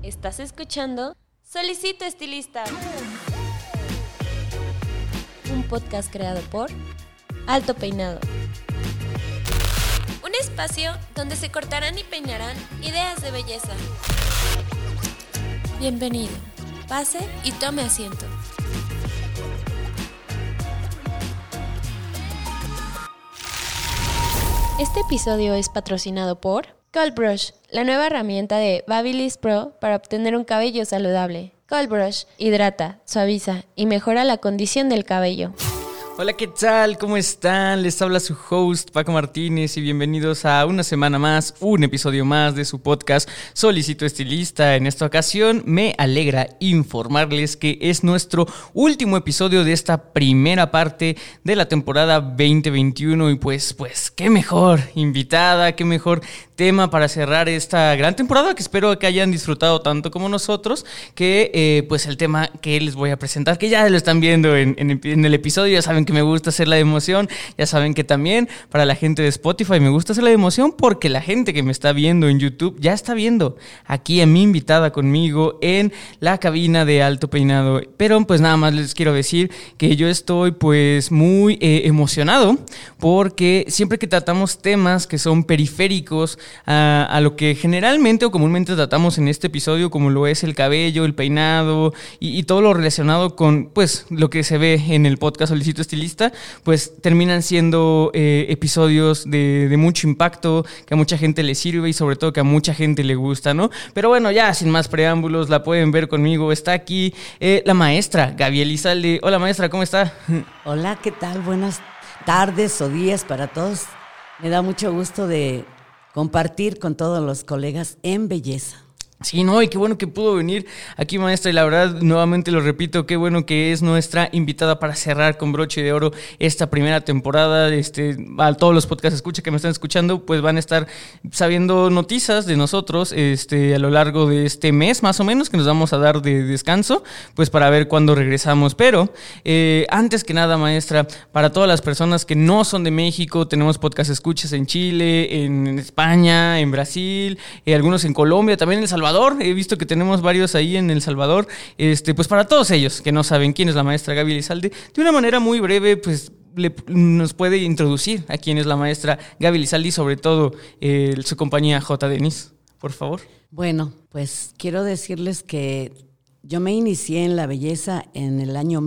Estás escuchando Solicito Estilista, un podcast creado por Alto Peinado. Un espacio donde se cortarán y peinarán ideas de belleza. Bienvenido, pase y tome asiento. Este episodio es patrocinado por Cold Brush, la nueva herramienta de Babyliss Pro para obtener un cabello saludable. Cold Brush hidrata, suaviza y mejora la condición del cabello. Hola, ¿qué tal? ¿Cómo están? Les habla su host, Paco Martínez, y bienvenidos a una semana más, un episodio más de su podcast Solicito Estilista. En esta ocasión me alegra informarles que es nuestro último episodio de esta primera parte de la temporada 2021 y pues, qué mejor invitada, qué mejor tema para cerrar esta gran temporada que espero que hayan disfrutado tanto como nosotros, que pues el tema que les voy a presentar, que ya lo están viendo en el episodio, ya saben que me gusta hacer la de emoción, ya saben que también para la gente de Spotify me gusta hacer la de emoción porque la gente que me está viendo en YouTube ya está viendo aquí a mi invitada conmigo en la cabina de Alto Peinado. Pero pues nada más les quiero decir que yo estoy pues muy emocionado porque siempre que tratamos temas que son periféricos a lo que generalmente o comúnmente tratamos en este episodio, como lo es el cabello, el peinado y todo lo relacionado con pues lo que se ve en el podcast Solicito Estilista, pues terminan siendo episodios de mucho impacto, que a mucha gente le sirve y sobre todo que a mucha gente le gusta, ¿no? Pero bueno, ya sin más preámbulos, la pueden ver conmigo, está aquí la maestra Gaby Elizalde. Hola maestra, ¿cómo está? Hola, ¿qué tal? Buenas tardes o días para todos. Me da mucho gusto de compartir con todos los colegas en belleza. Sí, no, y qué bueno que pudo venir aquí, maestra, y la verdad, nuevamente lo repito, qué bueno que es nuestra invitada para cerrar con broche de oro esta primera temporada. A todos los podcast escucha que me están escuchando, pues van a estar sabiendo noticias de nosotros a lo largo de este mes, más o menos, que nos vamos a dar de descanso, pues para ver cuándo regresamos. Pero, antes que nada, maestra, para todas las personas que no son de México, tenemos podcast escuchas en Chile, en España, en Brasil, algunos en Colombia, también en El Salvador. He visto que tenemos varios ahí en El Salvador. Pues para todos ellos que no saben quién es la maestra Gaby Elizalde, de una manera muy breve, pues nos puede introducir a quién es la maestra Gaby Elizalde y sobre todo su compañía J. Denis, por favor. Bueno, pues quiero decirles que yo me inicié en la belleza en el año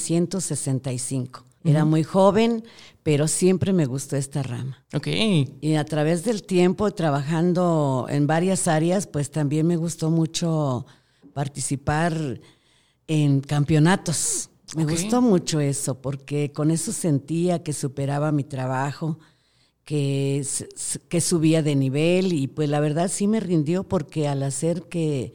1965. Era muy joven, pero siempre me gustó esta rama. Okay. Y a través del tiempo, trabajando en varias áreas, pues también me gustó mucho participar en campeonatos. Me gustó mucho eso, porque con eso sentía que superaba mi trabajo, que subía de nivel, y pues la verdad sí me rindió, porque al hacer que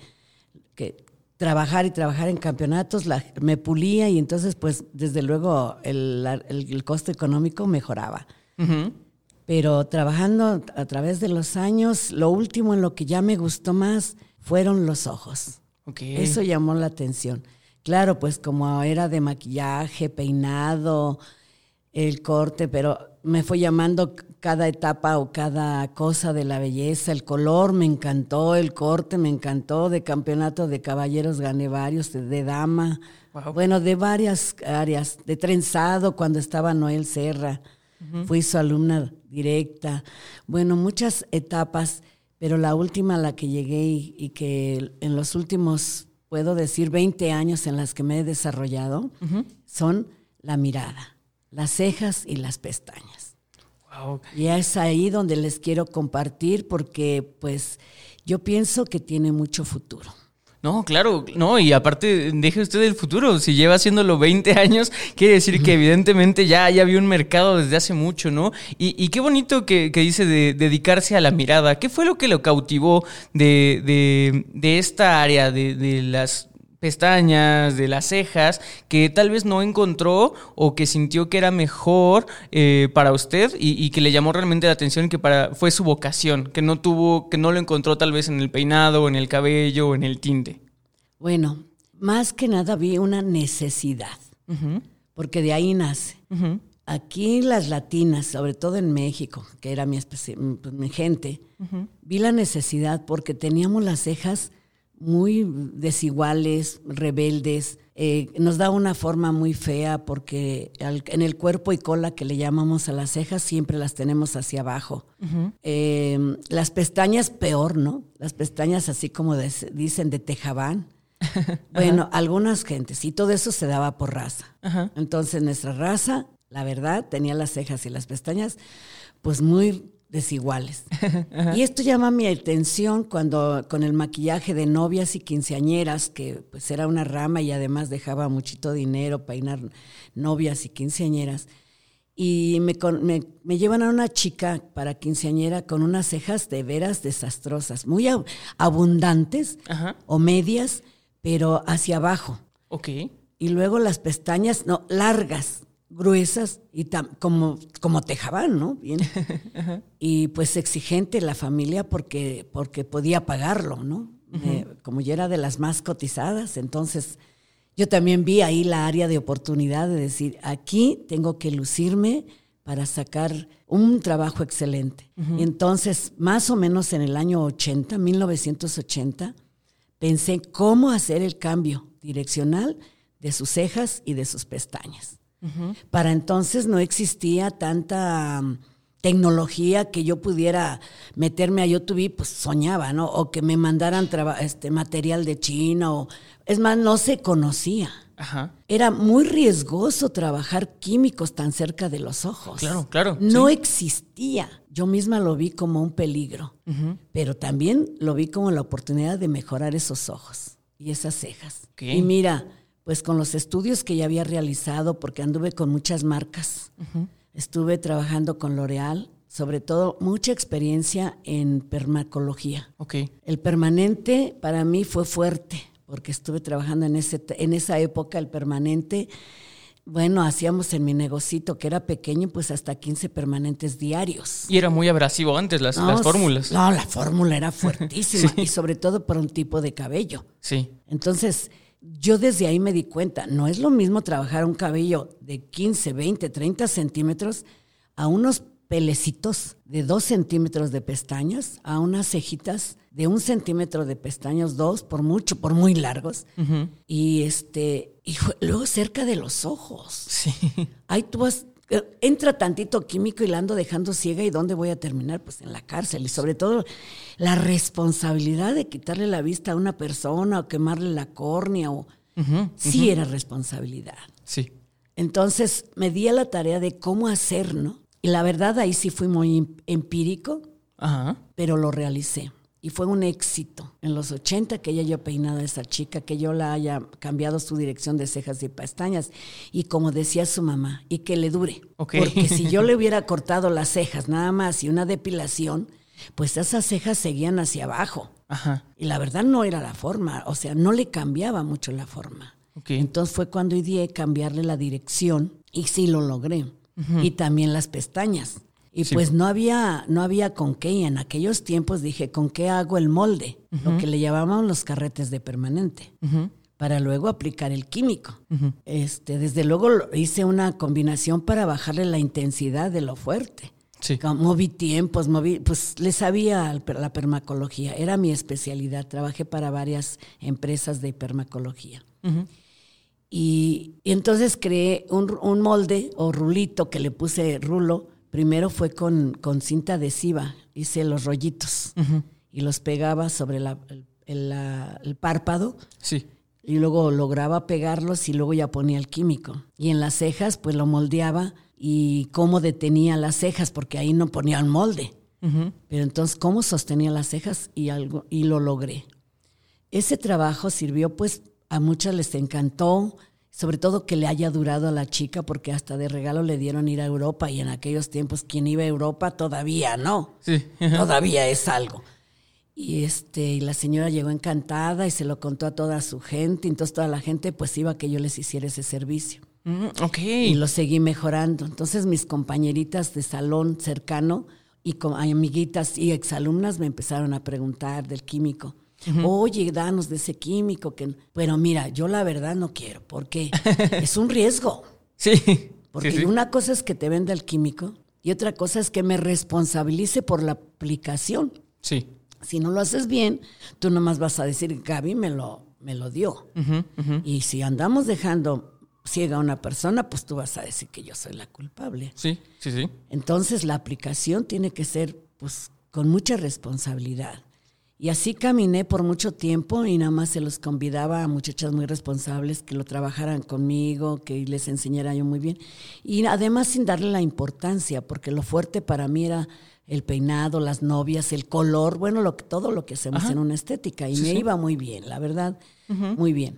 trabajar en campeonatos, me pulía, y entonces pues desde luego el costo económico mejoraba. Uh-huh. Pero trabajando a través de los años, lo último en lo que ya me gustó más fueron los ojos. Okay. Eso llamó la atención. Claro, pues como era de maquillaje, peinado, el corte, pero me fue llamando cada etapa o cada cosa de la belleza. El color me encantó, el corte me encantó. De campeonato de caballeros gané varios, de dama. Wow. Bueno, de varias áreas. De trenzado cuando estaba Noel Serra. Uh-huh. Fui su alumna directa. Bueno, muchas etapas, pero la última a la que llegué y que en los últimos, puedo decir, 20 años en las que me he desarrollado, uh-huh, son la mirada, las cejas y las pestañas. Wow. Y es ahí donde les quiero compartir, porque pues yo pienso que tiene mucho futuro. No, claro, no, y aparte, deje usted el futuro. Si lleva haciéndolo 20 años, quiere decir que evidentemente ya había un mercado desde hace mucho, ¿no? Y qué bonito que dice de dedicarse a la mirada. ¿Qué fue lo que lo cautivó de esta área de las pestañas, de las cejas, que tal vez no encontró o que sintió que era mejor para usted y que le llamó realmente la atención, que fue su vocación, que no lo encontró tal vez en el peinado, o en el cabello, o en el tinte? Bueno, más que nada vi una necesidad, uh-huh, porque de ahí nace. Uh-huh. Aquí las latinas, sobre todo en México, que era mi gente, uh-huh, vi la necesidad porque teníamos las cejas muy desiguales, rebeldes. Nos da una forma muy fea porque en el cuerpo y cola que le llamamos a las cejas siempre las tenemos hacia abajo. Las pestañas peor, ¿no? Las pestañas así como dicen de tejabán. Bueno, algunas gentes, y todo eso se daba por raza. Ajá. Entonces nuestra raza, la verdad, tenía las cejas y las pestañas pues muy desiguales. Ajá. Y esto llama mi atención cuando con el maquillaje de novias y quinceañeras, que pues era una rama y además dejaba muchito dinero peinar novias y quinceañeras. Y me llevan a una chica para quinceañera con unas cejas de veras desastrosas, muy abundantes. Ajá. O medias, pero hacia abajo. Ok. Y luego las pestañas, no, largas, gruesas, y como tejabán, ¿no? Bien. Y pues exigente la familia porque podía pagarlo, ¿no? Como yo era de las más cotizadas, entonces yo también vi ahí la área de oportunidad de decir, aquí tengo que lucirme para sacar un trabajo excelente. Y entonces, más o menos en el año 1980, pensé cómo hacer el cambio direccional de sus cejas y de sus pestañas. Para entonces no existía tanta tecnología que yo pudiera meterme a YouTube, pues soñaba, ¿no? O que me mandaran material de China, es más, no se conocía. Ajá. Era muy riesgoso trabajar químicos tan cerca de los ojos. Claro. No sí. existía. Yo misma lo vi como un peligro, pero también lo vi como la oportunidad de mejorar esos ojos y esas cejas. Okay. Y mira, pues con los estudios que ya había realizado, porque anduve con muchas marcas, estuve trabajando con L'Oréal, sobre todo mucha experiencia en permacología. Okay. El permanente para mí fue fuerte, porque estuve trabajando en esa época el permanente. Bueno, hacíamos en mi negocito, que era pequeño, pues hasta 15 permanentes diarios. Y era muy abrasivo antes las fórmulas. No, la fórmula era fuertísima, sí. Y sobre todo por un tipo de cabello. Sí. Entonces, yo desde ahí me di cuenta, no es lo mismo trabajar un cabello de 15, 20, 30 centímetros a unos pelecitos de 2 centímetros de pestañas, a unas cejitas de 1 centímetro de pestañas, 2 por muy largos, y luego cerca de los ojos. Sí. Ahí tú vas, entra tantito químico y la ando dejando ciega, ¿y dónde voy a terminar? Pues en la cárcel. Y sobre todo la responsabilidad de quitarle la vista a una persona o quemarle la córnea, sí era responsabilidad. Sí. Entonces me di a la tarea de cómo hacer, ¿no? Y la verdad ahí sí fui muy empírico, pero lo realicé. Y fue un éxito. En los 80 que ella haya peinado a esa chica, que yo la haya cambiado su dirección de cejas y pestañas. Y como decía su mamá, y que le dure. Okay. Porque si yo le hubiera cortado las cejas nada más y una depilación, pues esas cejas seguían hacia abajo. Ajá. Y la verdad no era la forma, o sea, no le cambiaba mucho la forma. Okay. Entonces fue cuando ideé cambiarle la dirección y sí lo logré. Y también las pestañas. Y sí. Pues no había con qué, y en aquellos tiempos dije, ¿con qué hago el molde? Lo que le llamábamos los carretes de permanente, para luego aplicar el químico. Desde luego hice una combinación para bajarle la intensidad de lo fuerte. Sí. Moví tiempos, pues le sabía la permacología, era mi especialidad, trabajé para varias empresas de permacología. Y entonces creé un molde o rulito que le puse rulo. Primero fue con cinta adhesiva, hice los rollitos y los pegaba sobre el párpado. Sí. Y luego lograba pegarlos y luego ya ponía el químico. Y en las cejas pues lo moldeaba y cómo detenía las cejas, porque ahí no ponía el molde. Pero entonces cómo sostenía las cejas y lo logré. Ese trabajo sirvió, pues a muchas les encantó, sobre todo que le haya durado a la chica, porque hasta de regalo le dieron ir a Europa, y en aquellos tiempos quien iba a Europa todavía no, sí. Todavía es algo. Y la señora llegó encantada y se lo contó a toda su gente, entonces toda la gente pues iba a que yo les hiciera ese servicio. Okay. Y lo seguí mejorando. Entonces mis compañeritas de salón cercano y amiguitas y exalumnas me empezaron a preguntar del químico. Oye, danos de ese químico. Pero mira, yo la verdad no quiero, porque es un riesgo. Sí. Porque una cosa es que te venda el químico y otra cosa es que me responsabilice por la aplicación. Sí. Si no lo haces bien, tú nomás vas a decir, Gaby me lo dio. Y si andamos dejando ciega a una persona, pues tú vas a decir que yo soy la culpable. Sí. Entonces la aplicación tiene que ser pues con mucha responsabilidad. Y así caminé por mucho tiempo y nada más se los convidaba a muchachas muy responsables que lo trabajaran conmigo, que les enseñara yo muy bien. Y además sin darle la importancia, porque lo fuerte para mí era el peinado, las novias, el color, bueno, todo lo que hacemos en una estética. Y me iba muy bien, la verdad, muy bien.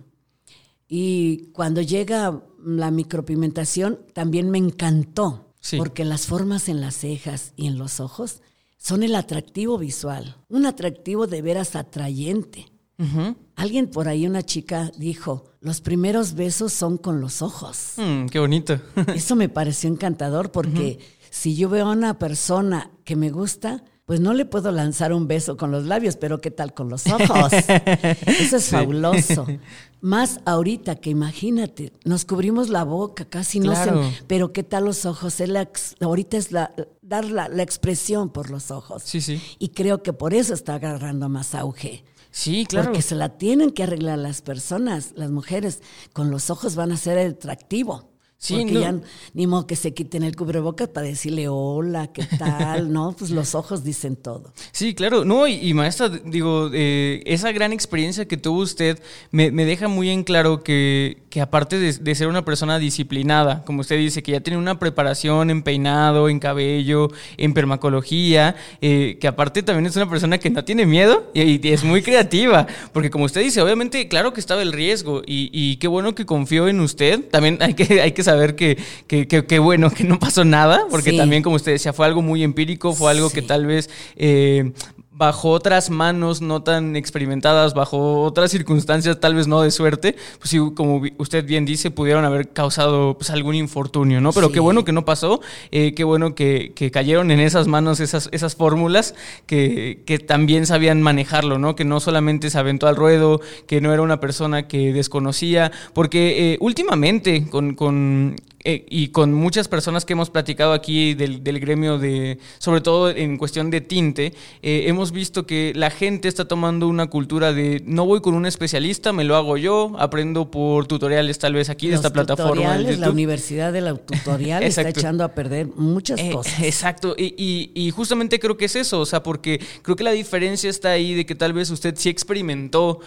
Y cuando llega la micropigmentación, también me encantó, porque las formas en las cejas y en los ojos son el atractivo visual, un atractivo de veras atrayente. Alguien por ahí, una chica, dijo, los primeros besos son con los ojos. Qué bonito. Eso me pareció encantador porque si yo veo a una persona que me gusta, pues no le puedo lanzar un beso con los labios, pero ¿qué tal con los ojos? Eso es fabuloso. Más ahorita que imagínate, nos cubrimos la boca, casi claro. no sé, pero ¿qué tal los ojos? Ahorita es dar la expresión por los ojos. Sí. Y creo que por eso está agarrando más auge. Sí, claro. Porque se la tienen que arreglar las personas, las mujeres, con los ojos van a ser atractivo. Sí, porque ya ni modo que se quiten el cubrebocas para decirle hola, ¿qué tal? No, pues los ojos dicen todo. Sí, claro. No, y maestra, digo, esa gran experiencia que tuvo usted me deja muy en claro que aparte de ser una persona disciplinada, como usted dice, que ya tiene una preparación en peinado, en cabello, en permacología, que aparte también es una persona que no tiene miedo y es muy creativa, porque como usted dice, obviamente, claro que estaba el riesgo y qué bueno que confió en usted. También hay que saber que bueno, que no pasó nada, porque también, como usted decía, fue algo muy empírico, fue algo que tal vez bajo otras manos no tan experimentadas, bajo otras circunstancias tal vez no de suerte, pues sí, como usted bien dice, pudieron haber causado pues algún infortunio, ¿no? Pero qué bueno que no pasó, qué bueno que cayeron en esas manos esas fórmulas que también sabían manejarlo, ¿no? Que no solamente se aventó al ruedo, que no era una persona que desconocía, porque últimamente y con muchas personas que hemos platicado aquí del gremio, sobre todo en cuestión de tinte, hemos visto que la gente está tomando una cultura de no voy con un especialista, me lo hago yo, aprendo por tutoriales tal vez aquí de esta plataforma de YouTube. La universidad de la tutorial está echando a perder muchas cosas. Exacto, y justamente creo que es eso, o sea, porque creo que la diferencia está ahí de que tal vez usted sí experimentó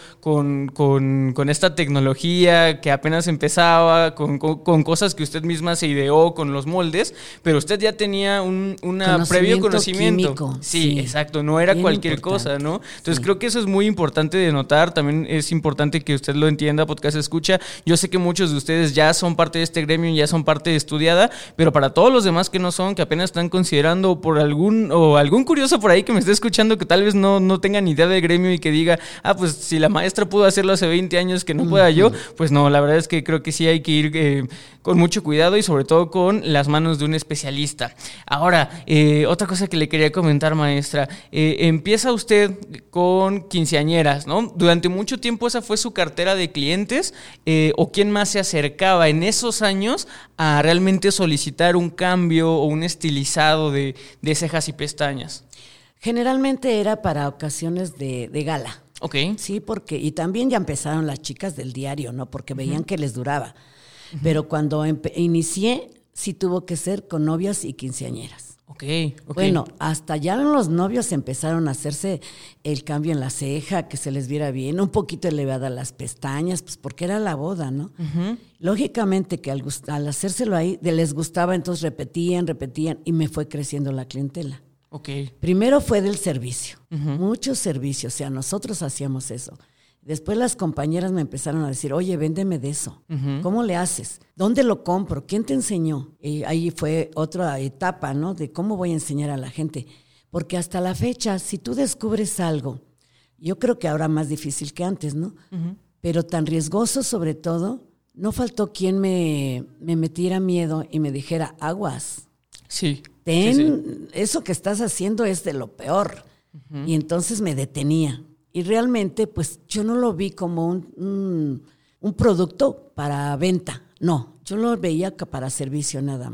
con esta tecnología que apenas empezaba, con cosas que usted misma se ideó con los moldes, pero usted ya tenía un previo conocimiento químico, sí, exacto, no era cualquier cosa, ¿no? Entonces creo que eso es muy importante de notar. También es importante que usted lo entienda, podcast escucha. Yo sé que muchos de ustedes ya son parte de este gremio, ya son parte estudiada, pero para todos los demás que no son, que apenas están considerando por algún curioso por ahí que me esté escuchando que tal vez no tenga ni idea del gremio y que diga, pues si la maestra pudo hacerlo hace 20 años que no pueda yo, pues no, la verdad es que creo que sí hay que ir con mucho cuidado y sobre todo con las manos de un especialista. Ahora, otra cosa que le quería comentar, maestra, empieza usted con quinceañeras, ¿no? Durante mucho tiempo esa fue su cartera de clientes, o quién más se acercaba en esos años a realmente solicitar un cambio o un estilizado de cejas y pestañas. Generalmente era para ocasiones de gala. Ok. Sí, y también ya empezaron las chicas del diario, ¿no? Porque veían que les duraba. Pero cuando inicié, sí tuvo que ser con novias y quinceañeras. Okay. Bueno, hasta ya los novios empezaron a hacerse el cambio en la ceja, que se les viera bien, un poquito elevada las pestañas, pues porque era la boda, ¿no? Lógicamente que al hacérselo ahí, les gustaba, entonces repetían, y me fue creciendo la clientela. Okay. Primero fue del servicio, muchos servicios, o sea, nosotros hacíamos eso. Después las compañeras me empezaron a decir, oye, véndeme de eso. ¿Cómo le haces? ¿Dónde lo compro? ¿Quién te enseñó? Y ahí fue otra etapa, ¿no? De cómo voy a enseñar a la gente. Porque hasta la fecha, si tú descubres algo, yo creo que ahora más difícil que antes, ¿no? Pero tan riesgoso sobre todo, no faltó quien me metiera miedo y me dijera, aguas. Sí. Eso que estás haciendo es de lo peor. Y entonces me detenía. Y realmente, pues, yo no lo vi como un producto para venta. No, yo lo veía para servicio nada más.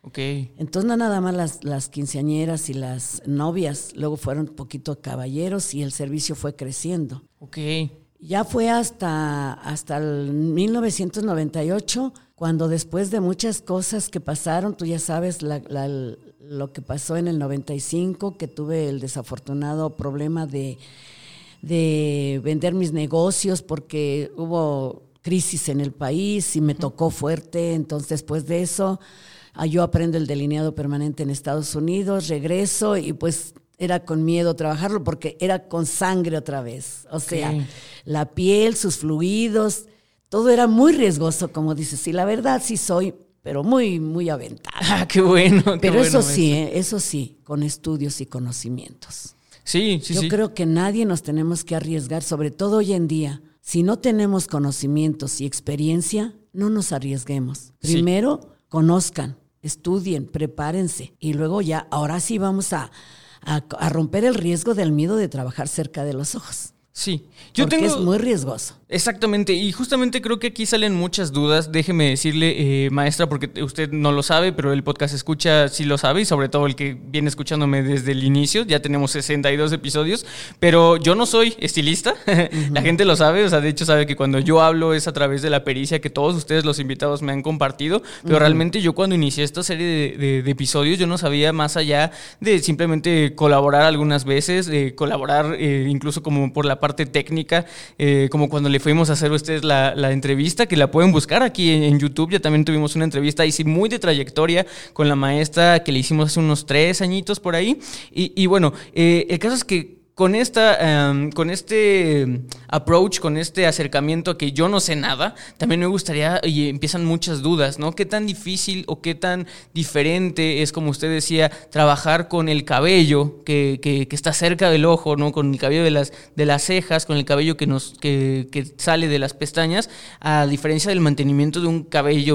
Ok. Entonces no nada más las quinceañeras y las novias, luego fueron un poquito caballeros y el servicio fue creciendo. Ok. Ya fue hasta el 1998, cuando después de muchas cosas que pasaron, tú ya sabes lo que pasó en el 95, que tuve el desafortunado problema de vender mis negocios porque hubo crisis en el país y me tocó fuerte. Entonces después de eso yo aprendo el delineado permanente en Estados Unidos, regreso y pues era con miedo trabajarlo porque era con sangre otra vez. O sea, la piel, sus fluidos, todo era muy riesgoso, como dices. Y la verdad sí soy, pero muy, muy aventada. Ah, qué bueno. Pero bueno, eso sí, con estudios y conocimientos. Sí. Yo creo que nadie nos tenemos que arriesgar, sobre todo hoy en día. Si no tenemos conocimientos y experiencia, no nos arriesguemos. Primero, conozcan, estudien, prepárense. Y luego ya, ahora sí vamos a romper el riesgo del miedo de trabajar cerca de los ojos. Sí. Porque es muy riesgoso. Exactamente, y justamente creo que aquí salen muchas dudas. Déjeme decirle, maestra, porque usted no lo sabe, pero el podcast escucha sí lo sabe, y sobre todo el que viene escuchándome desde el inicio. Ya tenemos 62 episodios, pero yo no soy estilista. Uh-huh. La gente lo sabe, o sea, de hecho sabe que cuando yo hablo es a través de la pericia que todos ustedes, los invitados, me han compartido, pero realmente yo cuando inicié esta serie de episodios, yo no sabía más allá de simplemente colaborar algunas veces, colaborar incluso como por la parte técnica, como cuando le fuimos a hacer a ustedes la entrevista, que la pueden buscar aquí en YouTube. Ya también tuvimos una entrevista ahí sí muy de trayectoria con la maestra que le hicimos hace unos 3 añitos por ahí. Y bueno, el caso es que con este approach, con este acercamiento a que yo no sé nada, también me gustaría, y empiezan muchas dudas, ¿no? ¿Qué tan difícil o qué tan diferente es, como usted decía, trabajar con el cabello que está cerca del ojo, ¿no? Con el cabello de las cejas, con el cabello que sale de las pestañas, a diferencia del mantenimiento de un cabello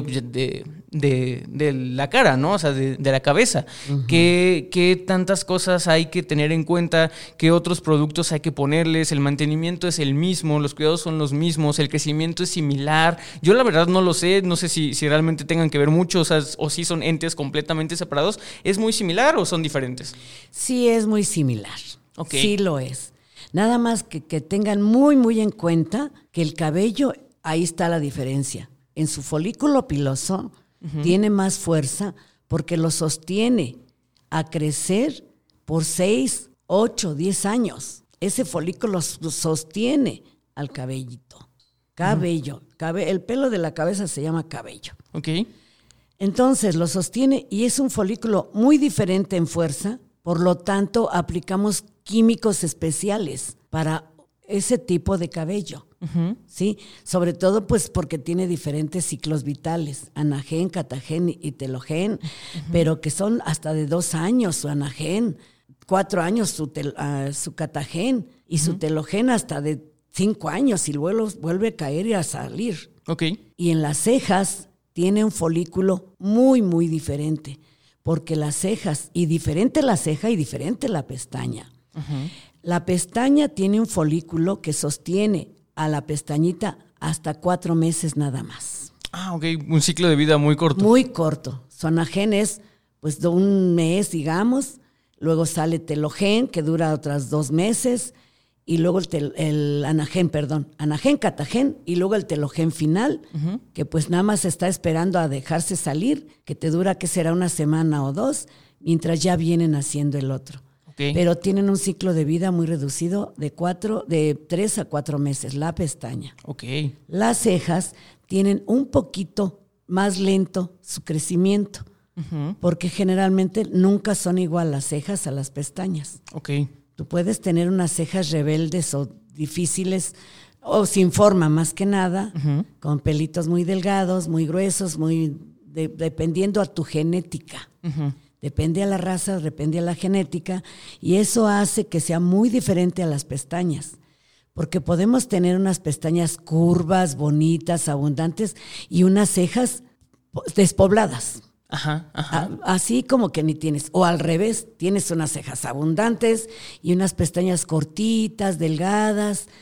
de la cara, ¿no? O sea, de la cabeza. Uh-huh. ¿Qué tantas cosas hay que tener en cuenta? ¿Qué otros productos hay que ponerles? El mantenimiento es el mismo, los cuidados son los mismos, el crecimiento es similar. Yo la verdad no lo sé, no sé si realmente tengan que ver mucho, o si son entes completamente separados. ¿Es muy similar o son diferentes? Sí, es muy similar. Okay. Sí lo es. Nada más que tengan muy, muy en cuenta que el cabello, ahí está la diferencia. En su folículo piloso uh-huh. tiene más fuerza porque lo sostiene a crecer por 6, 8, 10 años. Ese folículo sostiene al cabellito. Cabello. El pelo de la cabeza se llama cabello. Ok. Entonces lo sostiene y es un folículo muy diferente en fuerza. Por lo tanto, aplicamos químicos especiales para ese tipo de cabello. Uh-huh. ¿Sí? Sobre todo pues porque tiene diferentes ciclos vitales, anagen, catagen y telogen, uh-huh. pero que son hasta de 2 años su anagen, 4 años su catagen y uh-huh. su telogen hasta de 5 años y luego vuelve a caer y a salir. Okay. Y en las cejas tiene un folículo muy, muy diferente, porque las cejas, y diferente la ceja y diferente la pestaña. Uh-huh. La pestaña tiene un folículo que sostiene a la pestañita hasta 4 meses nada más. Ah, ok, un ciclo de vida muy corto. Muy corto. Su anagen es pues de 1 mes, digamos, luego sale telogen, que dura otras 2 meses, y luego el anagen, catagen, y luego el telogen final, uh-huh. que pues nada más está esperando a dejarse salir, que te dura, que será 1 semana o 2, mientras ya vienen haciendo el otro. Okay. Pero tienen un ciclo de vida muy reducido de 3 a 4 meses, la pestaña. Okay. Las cejas tienen un poquito más lento su crecimiento, uh-huh. porque generalmente nunca son igual las cejas a las pestañas. Okay. Tú puedes tener unas cejas rebeldes o difíciles o sin forma más que nada, uh-huh. con pelitos muy delgados, muy gruesos, dependiendo a tu genética. Uh-huh. Depende a la raza, depende a la genética, y eso hace que sea muy diferente a las pestañas, porque podemos tener unas pestañas curvas, bonitas, abundantes, y unas cejas despobladas. Ajá, ajá. Así como que ni tienes, o al revés, tienes unas cejas abundantes y unas pestañas cortitas, delgadas,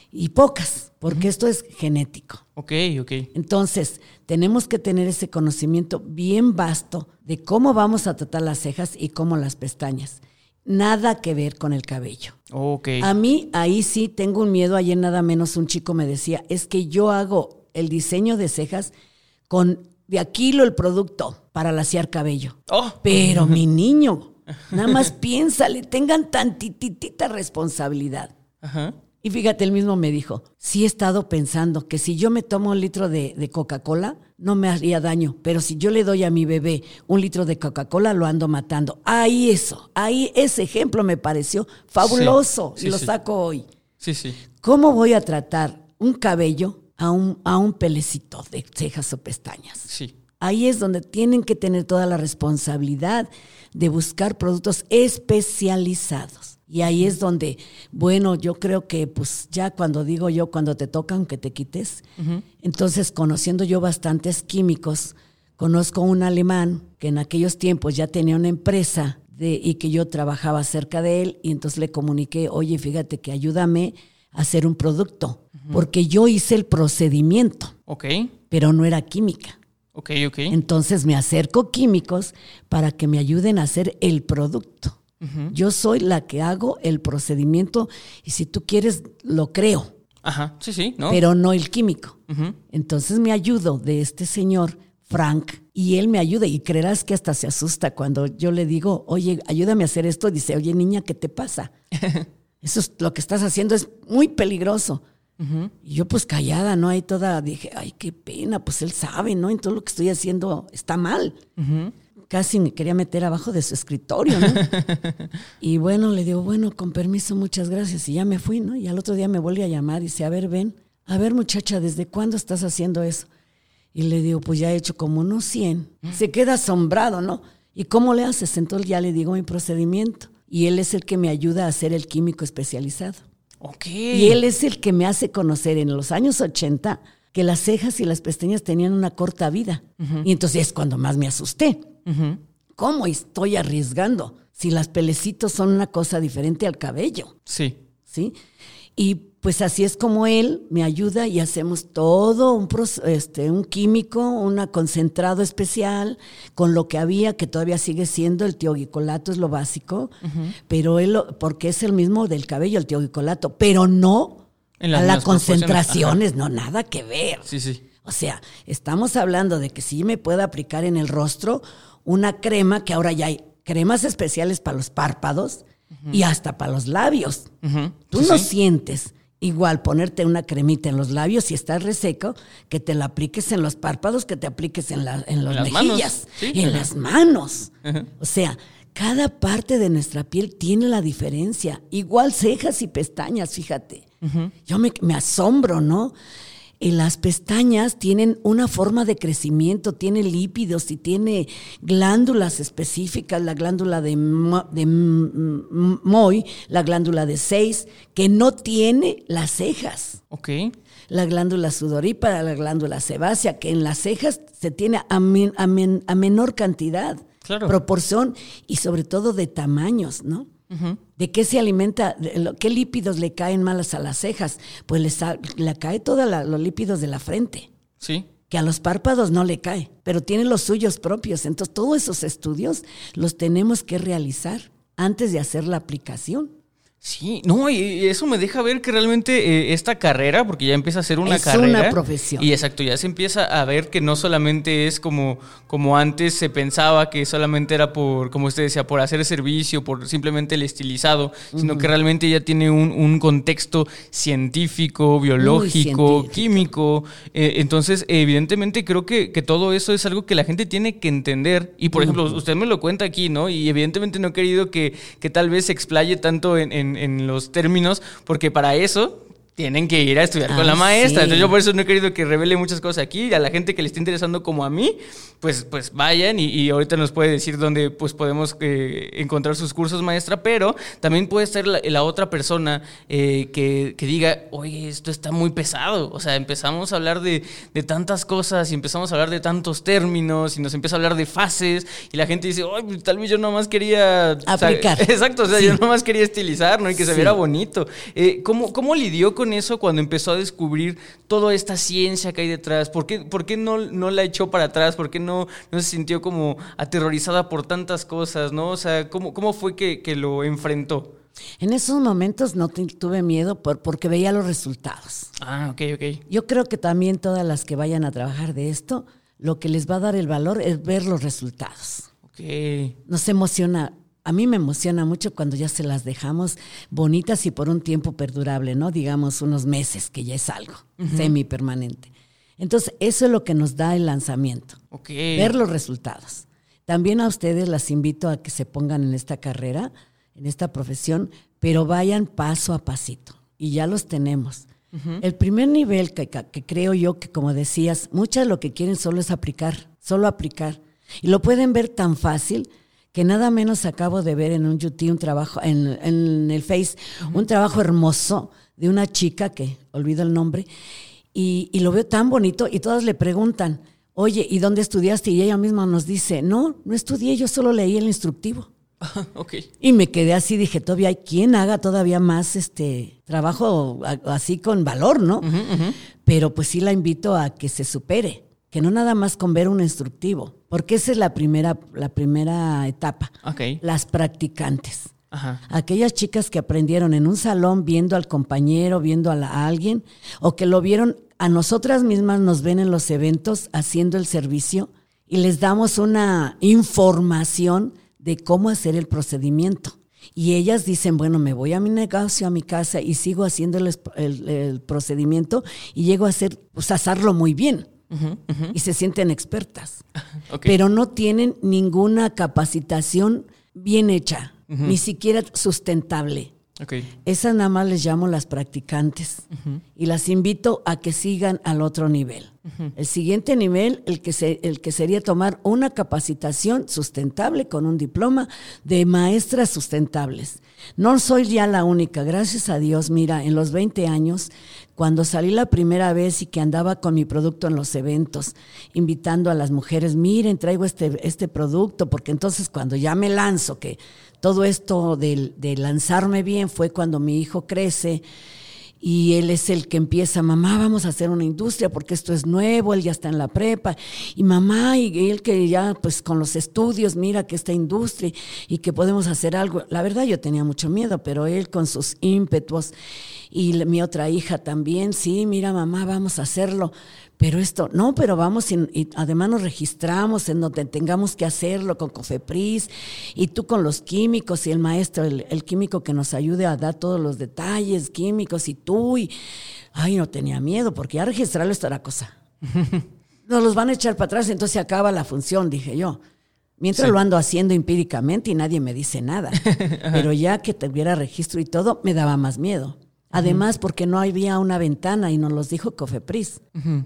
y pocas, porque esto es genético. Ok. Entonces, tenemos que tener ese conocimiento bien vasto de cómo vamos a tratar las cejas y cómo las pestañas. Nada que ver con el cabello. Ok. A mí, ahí sí tengo un miedo. Ayer nada menos un chico me decía, es que yo hago el diseño de cejas con de a kilo el producto para laciar cabello. Oh. Pero mi niño, nada más piénsale, tengan tantitita responsabilidad. Ajá. Y fíjate, él mismo me dijo, sí he estado pensando que si yo me tomo 1 litro de Coca-Cola, no me haría daño, pero si yo le doy a mi bebé 1 litro de Coca-Cola, lo ando matando. Ahí ese ejemplo me pareció fabuloso, sí, y lo sí. saco hoy. Sí. ¿Cómo voy a tratar un cabello a un pelecito de cejas o pestañas? Sí. Ahí es donde tienen que tener toda la responsabilidad de buscar productos especializados. Y ahí es donde, bueno, yo creo que pues ya cuando te tocan que te quites, entonces conociendo yo bastantes químicos, conozco un alemán que en aquellos tiempos ya tenía una empresa y que yo trabajaba cerca de él, y entonces le comuniqué, oye, fíjate que ayúdame a hacer un producto, porque yo hice el procedimiento, Ok. pero no era química. Ok. Entonces me acerco químicos para que me ayuden a hacer el producto. Yo soy la que hago el procedimiento y si tú quieres lo creo, Ajá. Sí, ¿no? pero no el químico. Ujú. Entonces me ayudo de este señor Frank y él me ayuda y creerás que hasta se asusta cuando yo le digo, oye, ayúdame a hacer esto. Dice, oye, niña, ¿qué te pasa? Eso es lo que estás haciendo, es muy peligroso. Y yo pues callada, ¿no? Ahí toda dije, ay, qué pena, pues él sabe, ¿no? En todo lo que estoy haciendo está mal. Casi me quería meter abajo de su escritorio, ¿no? Y bueno, le digo, bueno, con permiso, muchas gracias. Y ya me fui, ¿no? Y al otro día me vuelve a llamar y dice, a ver, ven, a ver, muchacha, ¿desde cuándo estás haciendo eso? Y le digo, pues ya he hecho como unos 100. Se queda asombrado, ¿no? ¿Y cómo le haces? Entonces ya le digo mi procedimiento. Y él es el que me ayuda a hacer el químico especializado. Ok. Y él es el que me hace conocer en los años 80 que las cejas y las pestañas tenían una corta vida. Y entonces es cuando más me asusté. ¿Cómo estoy arriesgando si las pelecitos son una cosa diferente al cabello? Sí. ¿Sí? Y pues así es como él me ayuda y hacemos todo un químico, un concentrado especial con lo que había, que todavía sigue siendo el tioguicolato, es lo básico, pero porque es el mismo del cabello, el tioguicolato, pero no En las a las mismas concentraciones, no, nada que ver. Sí. O sea, estamos hablando de que sí me puedo aplicar en el rostro una crema, que ahora ya hay cremas especiales para los párpados y hasta para los labios. Tú no sientes igual ponerte una cremita en los labios si estás reseco, que te la apliques en los párpados, que te apliques en las mejillas, manos. Sí. en las manos. O sea, cada parte de nuestra piel tiene la diferencia. Igual cejas y pestañas, fíjate. Yo me asombro, ¿no? Y las pestañas tienen una forma de crecimiento, tiene lípidos y tiene glándulas específicas, la glándula de Moy, la glándula de Sayce, que no tiene las cejas. Ok. La glándula sudorípara, la glándula sebácea, que en las cejas se tiene a menor cantidad, Claro. proporción y sobre todo de tamaños, ¿no? ¿De qué se alimenta? ¿Qué lípidos le caen malas a las cejas? Pues le cae todos los lípidos de la frente, Sí. que a los párpados no le cae, pero tiene los suyos propios. Entonces, todos esos estudios los tenemos que realizar antes de hacer la aplicación. Sí, no, y eso me deja ver que realmente esta carrera, porque ya empieza a ser una carrera. Es una profesión. Y exacto, ya se empieza a ver que no solamente es como antes se pensaba, que solamente era por, como usted decía, por hacer servicio, por simplemente el estilizado, sino que realmente ya tiene un contexto científico, biológico, químico. Entonces, evidentemente creo que todo eso es algo que la gente tiene que entender. Y por ejemplo, usted me lo cuenta aquí, ¿no? Y evidentemente no he querido que tal vez se explaye tanto en los términos, porque para eso tienen que ir a estudiar con la maestra. Sí. Entonces yo por eso no he querido que revele muchas cosas aquí. A la gente que le esté interesando como a mí, pues vayan y ahorita nos puede decir dónde pues podemos encontrar sus cursos, maestra. Pero también puede estar la otra persona que diga, oye, esto está muy pesado. O sea, empezamos a hablar de tantas cosas y empezamos a hablar de tantos términos y nos empieza a hablar de fases y la gente dice, oye, tal vez yo nomás quería aplicar. Exacto, o sea, yo nomás quería estilizar, ¿no? Y que se viera bonito. ¿Cómo lidió con con eso cuando empezó a descubrir toda esta ciencia que hay detrás? ¿Por qué no la echó para atrás? ¿Por qué no se sintió como aterrorizada por tantas cosas, ¿no? O sea, ¿cómo fue que lo enfrentó? En esos momentos no tuve miedo porque veía los resultados. Ah, ok. Yo creo que también todas las que vayan a trabajar de esto, lo que les va a dar el valor es ver los resultados. Ok. Nos emociona. A mí me emociona mucho cuando ya se las dejamos bonitas y por un tiempo perdurable, ¿no? Digamos unos meses, que ya es algo semipermanente. Entonces, eso es lo que nos da el lanzamiento. Okay. Ver los resultados. También a ustedes las invito a que se pongan en esta carrera, en esta profesión, pero vayan paso a pasito. Y ya los tenemos. El primer nivel que creo yo que, como decías, muchas lo que quieren solo es aplicar. Y lo pueden ver tan fácil que nada menos acabo de ver en un YouTube un trabajo, en el Face, un trabajo hermoso de una chica que olvido el nombre, y lo veo tan bonito y todas le preguntan, oye, ¿y dónde estudiaste? Y ella misma nos dice, no estudié, yo solo leí el instructivo. Okay. Y me quedé así, dije, todavía hay quien haga todavía más trabajo así con valor, ¿no? Pero pues sí la invito a que se supere, que no nada más con ver un instructivo, porque esa es la primera etapa. Okay. Las practicantes. Ajá. Aquellas chicas que aprendieron en un salón viendo al compañero, viendo a alguien, o que lo vieron, a nosotras mismas nos ven en los eventos haciendo el servicio y les damos una información de cómo hacer el procedimiento. Y ellas dicen, bueno, me voy a mi negocio, a mi casa y sigo haciendo el procedimiento y llego a hacerlo muy bien. Y se sienten expertas. Okay. Pero no tienen ninguna capacitación bien hecha, ni siquiera sustentable. Okay. Esas nada más les llamo las practicantes y las invito a que sigan al otro nivel. El siguiente nivel, el que sería tomar una capacitación sustentable con un diploma de maestras sustentables. No soy ya la única, gracias a Dios. Mira, en los 20 años, cuando salí la primera vez y que andaba con mi producto en los eventos, invitando a las mujeres, miren, traigo este producto, porque entonces cuando ya me lanzo, que todo esto de lanzarme bien fue cuando mi hijo crece y él es el que empieza, mamá, vamos a hacer una industria porque esto es nuevo, él ya está en la prepa, y mamá, y él que ya pues con los estudios, mira que esta industria y que podemos hacer algo. La verdad yo tenía mucho miedo, pero él con sus ímpetus y mi otra hija también, sí, mira mamá, vamos a hacerlo. Pero vamos y además nos registramos en donde tengamos que hacerlo con Cofepris y tú con los químicos y el maestro, el químico que nos ayude a dar todos los detalles químicos y tú ay, no tenía miedo porque ya registrarlo es otra cosa. Nos los van a echar para atrás, entonces se acaba la función, dije yo. Mientras lo ando haciendo empíricamente y nadie me dice nada. Pero ya que tuviera registro y todo, me daba más miedo. Además, porque no había una ventana y nos los dijo Cofepris.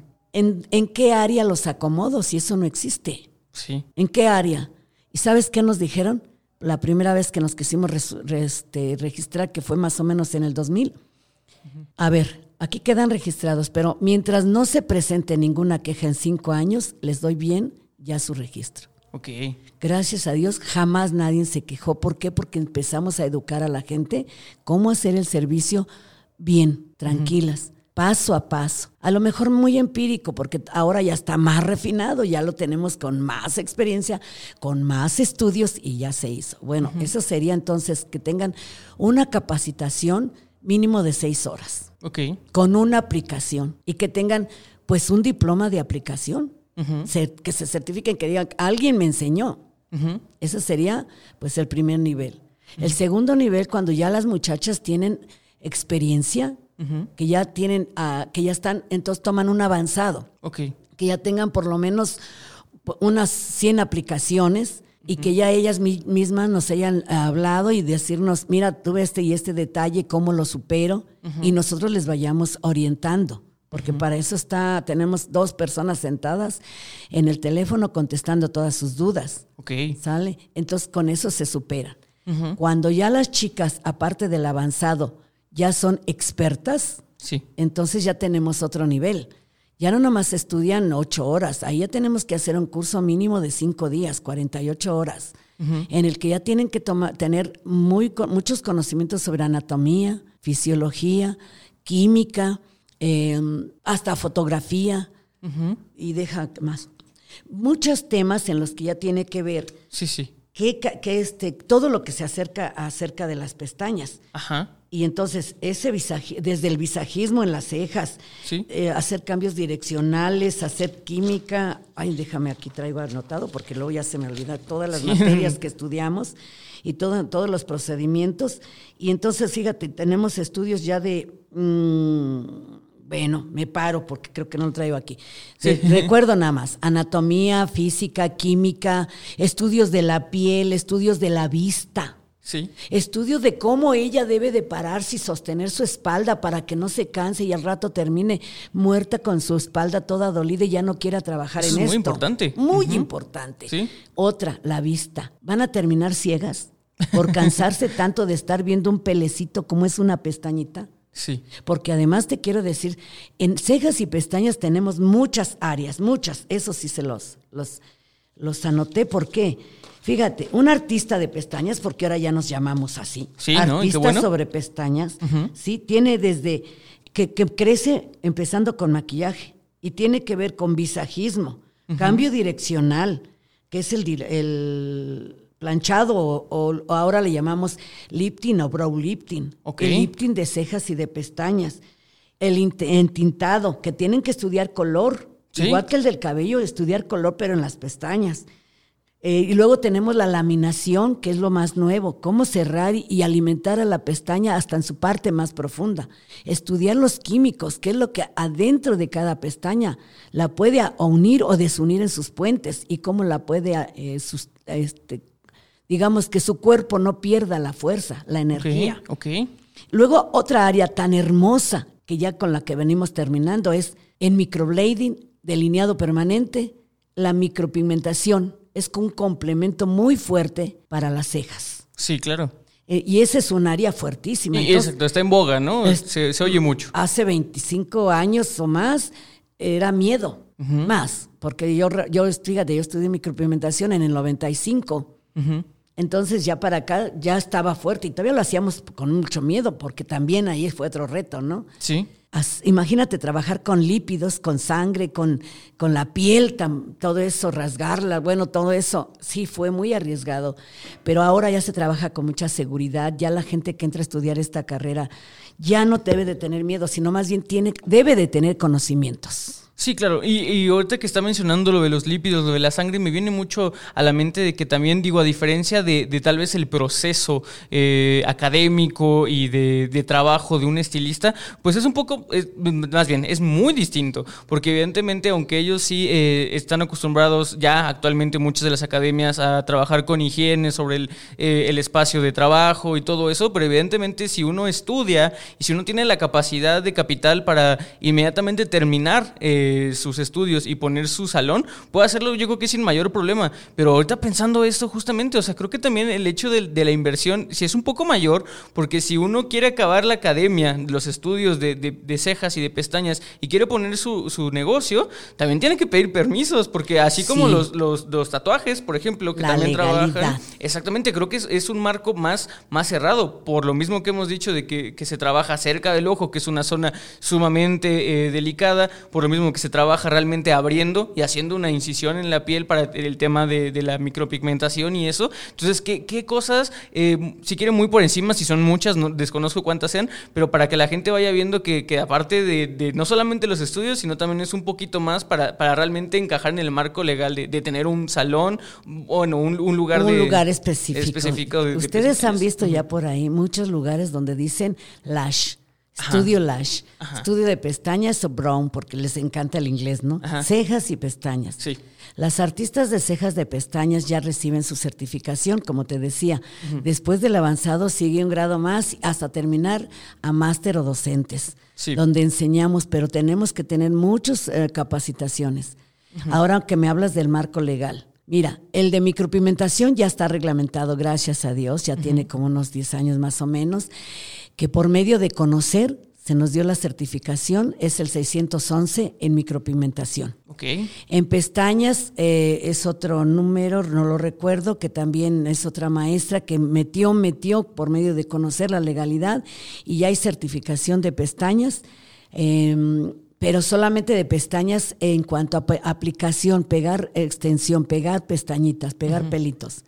¿En qué área los acomodo si eso no existe? Sí. ¿En qué área? ¿Y sabes qué nos dijeron? La primera vez que nos quisimos registrar, que fue más o menos en el 2000. A ver, aquí quedan registrados, pero mientras no se presente ninguna queja en 5 años, les doy bien ya su registro. Okay. Gracias a Dios, jamás nadie se quejó. ¿Por qué? Porque empezamos a educar a la gente cómo hacer el servicio bien, tranquilas. Paso a paso, a lo mejor muy empírico, porque ahora ya está más refinado, ya lo tenemos con más experiencia, con más estudios y ya se hizo. Bueno, eso sería entonces que tengan una capacitación mínimo de 6 horas, con una aplicación y que tengan pues un diploma de aplicación, que se certifiquen, que digan, alguien me enseñó. Ese sería pues el primer nivel. El segundo nivel, cuando ya las muchachas tienen experiencia, que ya tienen, que ya están, entonces toman un avanzado. Que ya tengan por lo menos unas 100 aplicaciones y que ya ellas mismas nos hayan hablado y decirnos, mira, tuve este y este detalle, cómo lo supero, y nosotros les vayamos orientando. Porque para eso tenemos 2 personas sentadas en el teléfono contestando todas sus dudas. ¿Sale? Entonces con eso se superan. Cuando ya las chicas, aparte del avanzado, ya son expertas, entonces ya tenemos otro nivel. Ya no nomás estudian 8 horas, ahí ya tenemos que hacer un curso mínimo de 5 días, 48 horas, en el que ya tienen que tener muchos conocimientos sobre anatomía, fisiología, química, hasta fotografía, y deja más. Muchos temas en los que ya tiene que ver que todo lo que se acerca de las pestañas. Ajá. Y entonces desde el visajismo en las cejas, hacer cambios direccionales, hacer química. Ay, déjame, aquí traigo anotado porque luego ya se me olvida todas las materias que estudiamos y todos los procedimientos. Y entonces, fíjate, tenemos estudios ya de... Bueno, me paro porque creo que no lo traigo aquí. Recuerdo nada más: anatomía, física, química, estudios de la piel, estudios de la vista. Sí. Estudios de cómo ella debe de pararse y sostener su espalda para que no se canse y al rato termine muerta con su espalda toda dolida y ya no quiera trabajar en esto. Es muy importante. Muy importante. Sí. Otra, la vista. ¿Van a terminar ciegas por cansarse tanto de estar viendo un pelecito como es una pestañita? Sí. Porque además te quiero decir, en cejas y pestañas tenemos muchas áreas, muchas. Eso sí se los anoté. ¿Por qué? Fíjate, un artista de pestañas, porque ahora ya nos llamamos así. Sí, artista, ¿no? ¿Y qué bueno? sobre pestañas, sí, tiene desde que crece empezando con maquillaje y tiene que ver con visajismo, cambio direccional, que es el planchado o ahora le llamamos lifting o brow lifting. Okay. El lifting de cejas y de pestañas. El entintado, que tienen que estudiar color, igual que el del cabello, estudiar color, pero en las pestañas. Y luego tenemos la laminación, que es lo más nuevo, cómo cerrar y alimentar a la pestaña hasta en su parte más profunda. Estudiar los químicos, qué es lo que adentro de cada pestaña la puede unir o desunir en sus puentes y cómo la puede, digamos que su cuerpo no pierda la fuerza, la energía. Okay. Luego otra área tan hermosa, que ya con la que venimos terminando, es en microblading, delineado permanente, la micropigmentación. Es un complemento muy fuerte para las cejas. Sí, claro. Y ese es un área fuertísima. Entonces, exacto, está en boga, ¿no? Se oye mucho. Hace 25 años o más era miedo, más, porque yo estudié micropigmentación en el 95. Entonces ya para acá ya estaba fuerte y todavía lo hacíamos con mucho miedo porque también ahí fue otro reto, ¿no? Sí. Imagínate trabajar con lípidos, con sangre, con la piel, todo eso, rasgarla, bueno, todo eso, sí, fue muy arriesgado. Pero ahora ya se trabaja con mucha seguridad, ya la gente que entra a estudiar esta carrera ya no debe de tener miedo, sino más bien debe de tener conocimientos. Sí, claro, y ahorita que está mencionando lo de los lípidos, lo de la sangre, me viene mucho a la mente de que también, digo, a diferencia de tal vez el proceso académico y de trabajo de un estilista, pues es un poco, más bien, es muy distinto, porque evidentemente, aunque ellos sí están acostumbrados ya actualmente muchas de las academias a trabajar con higiene sobre el espacio de trabajo y todo eso, pero evidentemente si uno estudia y si uno tiene la capacidad de capital para inmediatamente terminar sus estudios y poner su salón, puede hacerlo, yo creo que sin mayor problema. Pero ahorita pensando esto justamente, o sea, creo que también el hecho de la inversión, si es un poco mayor, porque si uno quiere acabar la academia, los estudios de cejas y de pestañas y quiere poner su negocio, también tiene que pedir permisos, porque así como los tatuajes, por ejemplo, que la también legalidad. Trabajan, exactamente, creo que es un marco más cerrado, por lo mismo que hemos dicho de que se trabaja cerca del ojo, que es una zona sumamente delicada, por lo mismo que se trabaja realmente abriendo y haciendo una incisión en la piel para el tema de la micropigmentación y eso. Entonces, ¿qué cosas, si quieren muy por encima, si son muchas, no, desconozco cuántas sean, pero para que la gente vaya viendo que aparte de no solamente los estudios, sino también es un poquito más para realmente encajar en el marco legal de tener un salón, bueno, un lugar específico. Ustedes han visto ya por ahí muchos lugares donde dicen lash. Estudio lash, estudio de pestañas o brown, porque les encanta el inglés, ¿no? Cejas y pestañas. Sí. Las artistas de cejas de pestañas ya reciben su certificación, como te decía. Después del avanzado sigue un grado más hasta terminar a máster o docentes, donde enseñamos, pero tenemos que tener muchas capacitaciones. Ahora que me hablas del marco legal. Mira, el de micropigmentación ya está reglamentado, gracias a Dios, ya tiene como unos 10 años más o menos, que por medio de conocer se nos dio la certificación, es el 611 en micropigmentación. Okay. En pestañas es otro número, no lo recuerdo, que también es otra maestra que metió por medio de conocer la legalidad y ya hay certificación de pestañas, pero solamente de pestañas en cuanto a aplicación, pegar extensión, pegar pestañitas, pegar pelitos.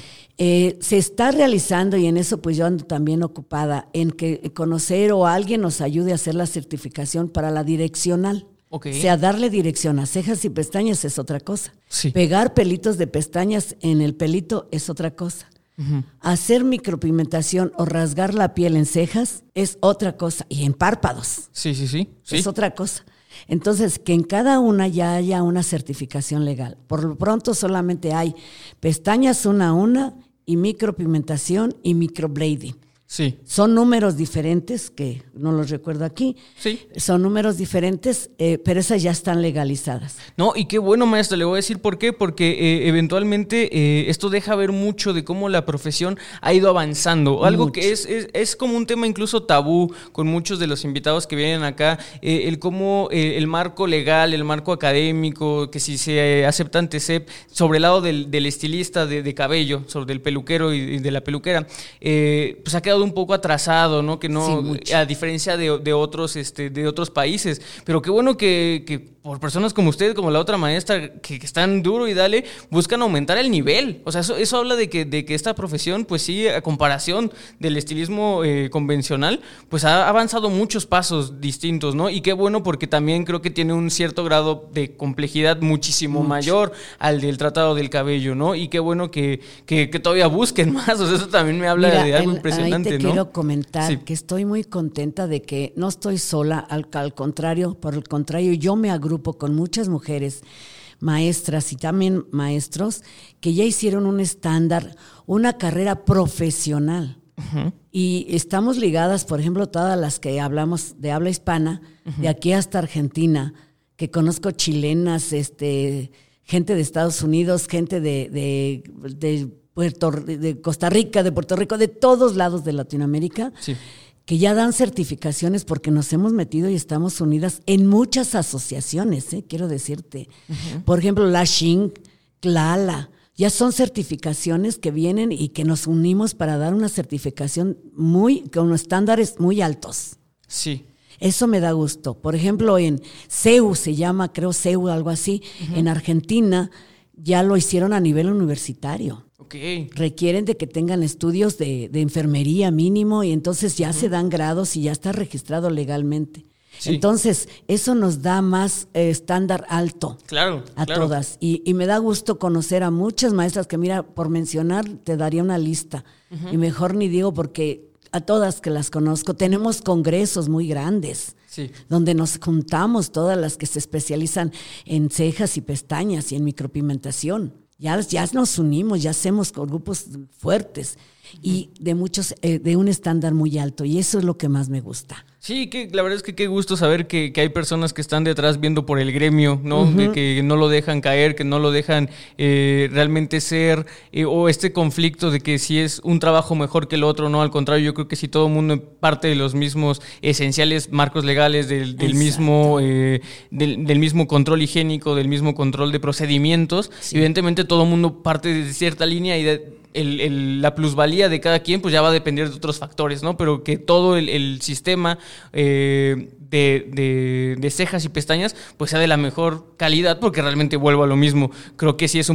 Se está realizando, y en eso pues yo ando también ocupada, en que conocer o alguien nos ayude a hacer la certificación para la direccional. Okay. O sea, darle dirección a cejas y pestañas es otra cosa. Sí. Pegar pelitos de pestañas en el pelito es otra cosa. Hacer micropigmentación o rasgar la piel en cejas es otra cosa. Y en párpados. Sí. Es otra cosa. Entonces, que en cada una ya haya una certificación legal. Por lo pronto solamente hay pestañas una a una y micropigmentación y microblading. Sí. Son números diferentes, que no los recuerdo aquí. Sí. Son números diferentes, pero esas ya están legalizadas. No, y qué bueno, maestra, le voy a decir por qué, porque eventualmente esto deja ver mucho de cómo la profesión ha ido avanzando. Algo Mucho. que es como un tema incluso tabú con muchos de los invitados que vienen acá, el cómo el marco legal, el marco académico, que si se acepta ante SEP, sobre el lado del estilista de cabello, sobre el peluquero y de la peluquera, pues ha quedado un poco atrasado, ¿no? Que no, Sí, a diferencia de otros países. Pero qué bueno que por personas como usted, como la otra maestra, que están duro y dale, buscan aumentar el nivel. O sea, eso habla de que esta profesión, pues sí, a comparación del estilismo convencional, pues ha avanzado muchos pasos distintos, ¿no? Y qué bueno, porque también creo que tiene un cierto grado de complejidad muchísimo mayor al del tratado del cabello, ¿no? Y qué bueno que todavía busquen más. O sea, eso también me habla de algo impresionante, ahí te ¿no? quiero comentar Sí. que estoy muy contenta de que no estoy sola, al contrario, por el contrario, yo me agrupo con muchas mujeres maestras y también maestros que ya hicieron un estándar, una carrera profesional. Y estamos ligadas, por ejemplo, todas las que hablamos de habla hispana, de aquí hasta Argentina, que conozco chilenas, gente de Estados Unidos, gente de Costa Rica, de Puerto Rico, de todos lados de Latinoamérica, Sí. que ya dan certificaciones porque nos hemos metido y estamos unidas en muchas asociaciones, quiero decirte. Por ejemplo, la Xing, CLALA, ya son certificaciones que vienen y que nos unimos para dar una certificación con estándares muy altos. Sí. Eso me da gusto. Por ejemplo, en CEU, se llama, creo CEU, algo así, en Argentina, ya lo hicieron a nivel universitario. Ok. Requieren de que tengan estudios de enfermería mínimo y entonces ya se dan grados y ya está registrado legalmente. Sí. Entonces, eso nos da más estándar alto Claro. a todas. Y me da gusto conocer a muchas maestras que, mira, por mencionar, te daría una lista. Y mejor ni digo porque a todas que las conozco, tenemos congresos muy grandes. Sí. Donde nos juntamos todas las que se especializan en cejas y pestañas y en micropigmentación. Ya nos unimos, ya hacemos grupos fuertes y de muchos, de un estándar muy alto, y eso es lo que más me gusta. Sí, que la verdad es que qué gusto saber que hay personas que están detrás viendo por el gremio, ¿no? Que no lo dejan caer, que no lo dejan realmente ser, o este conflicto de que si es un trabajo mejor que el otro, no, al contrario, yo creo que si todo el mundo parte de los mismos esenciales marcos legales, del mismo control higiénico, del mismo control de procedimientos, evidentemente todo el mundo parte de cierta línea y la plusvalía de cada quien pues ya va a depender de otros factores, ¿no? Pero que todo el sistema de cejas y pestañas pues sea de la mejor calidad, porque realmente vuelvo a lo mismo. Creo que sí es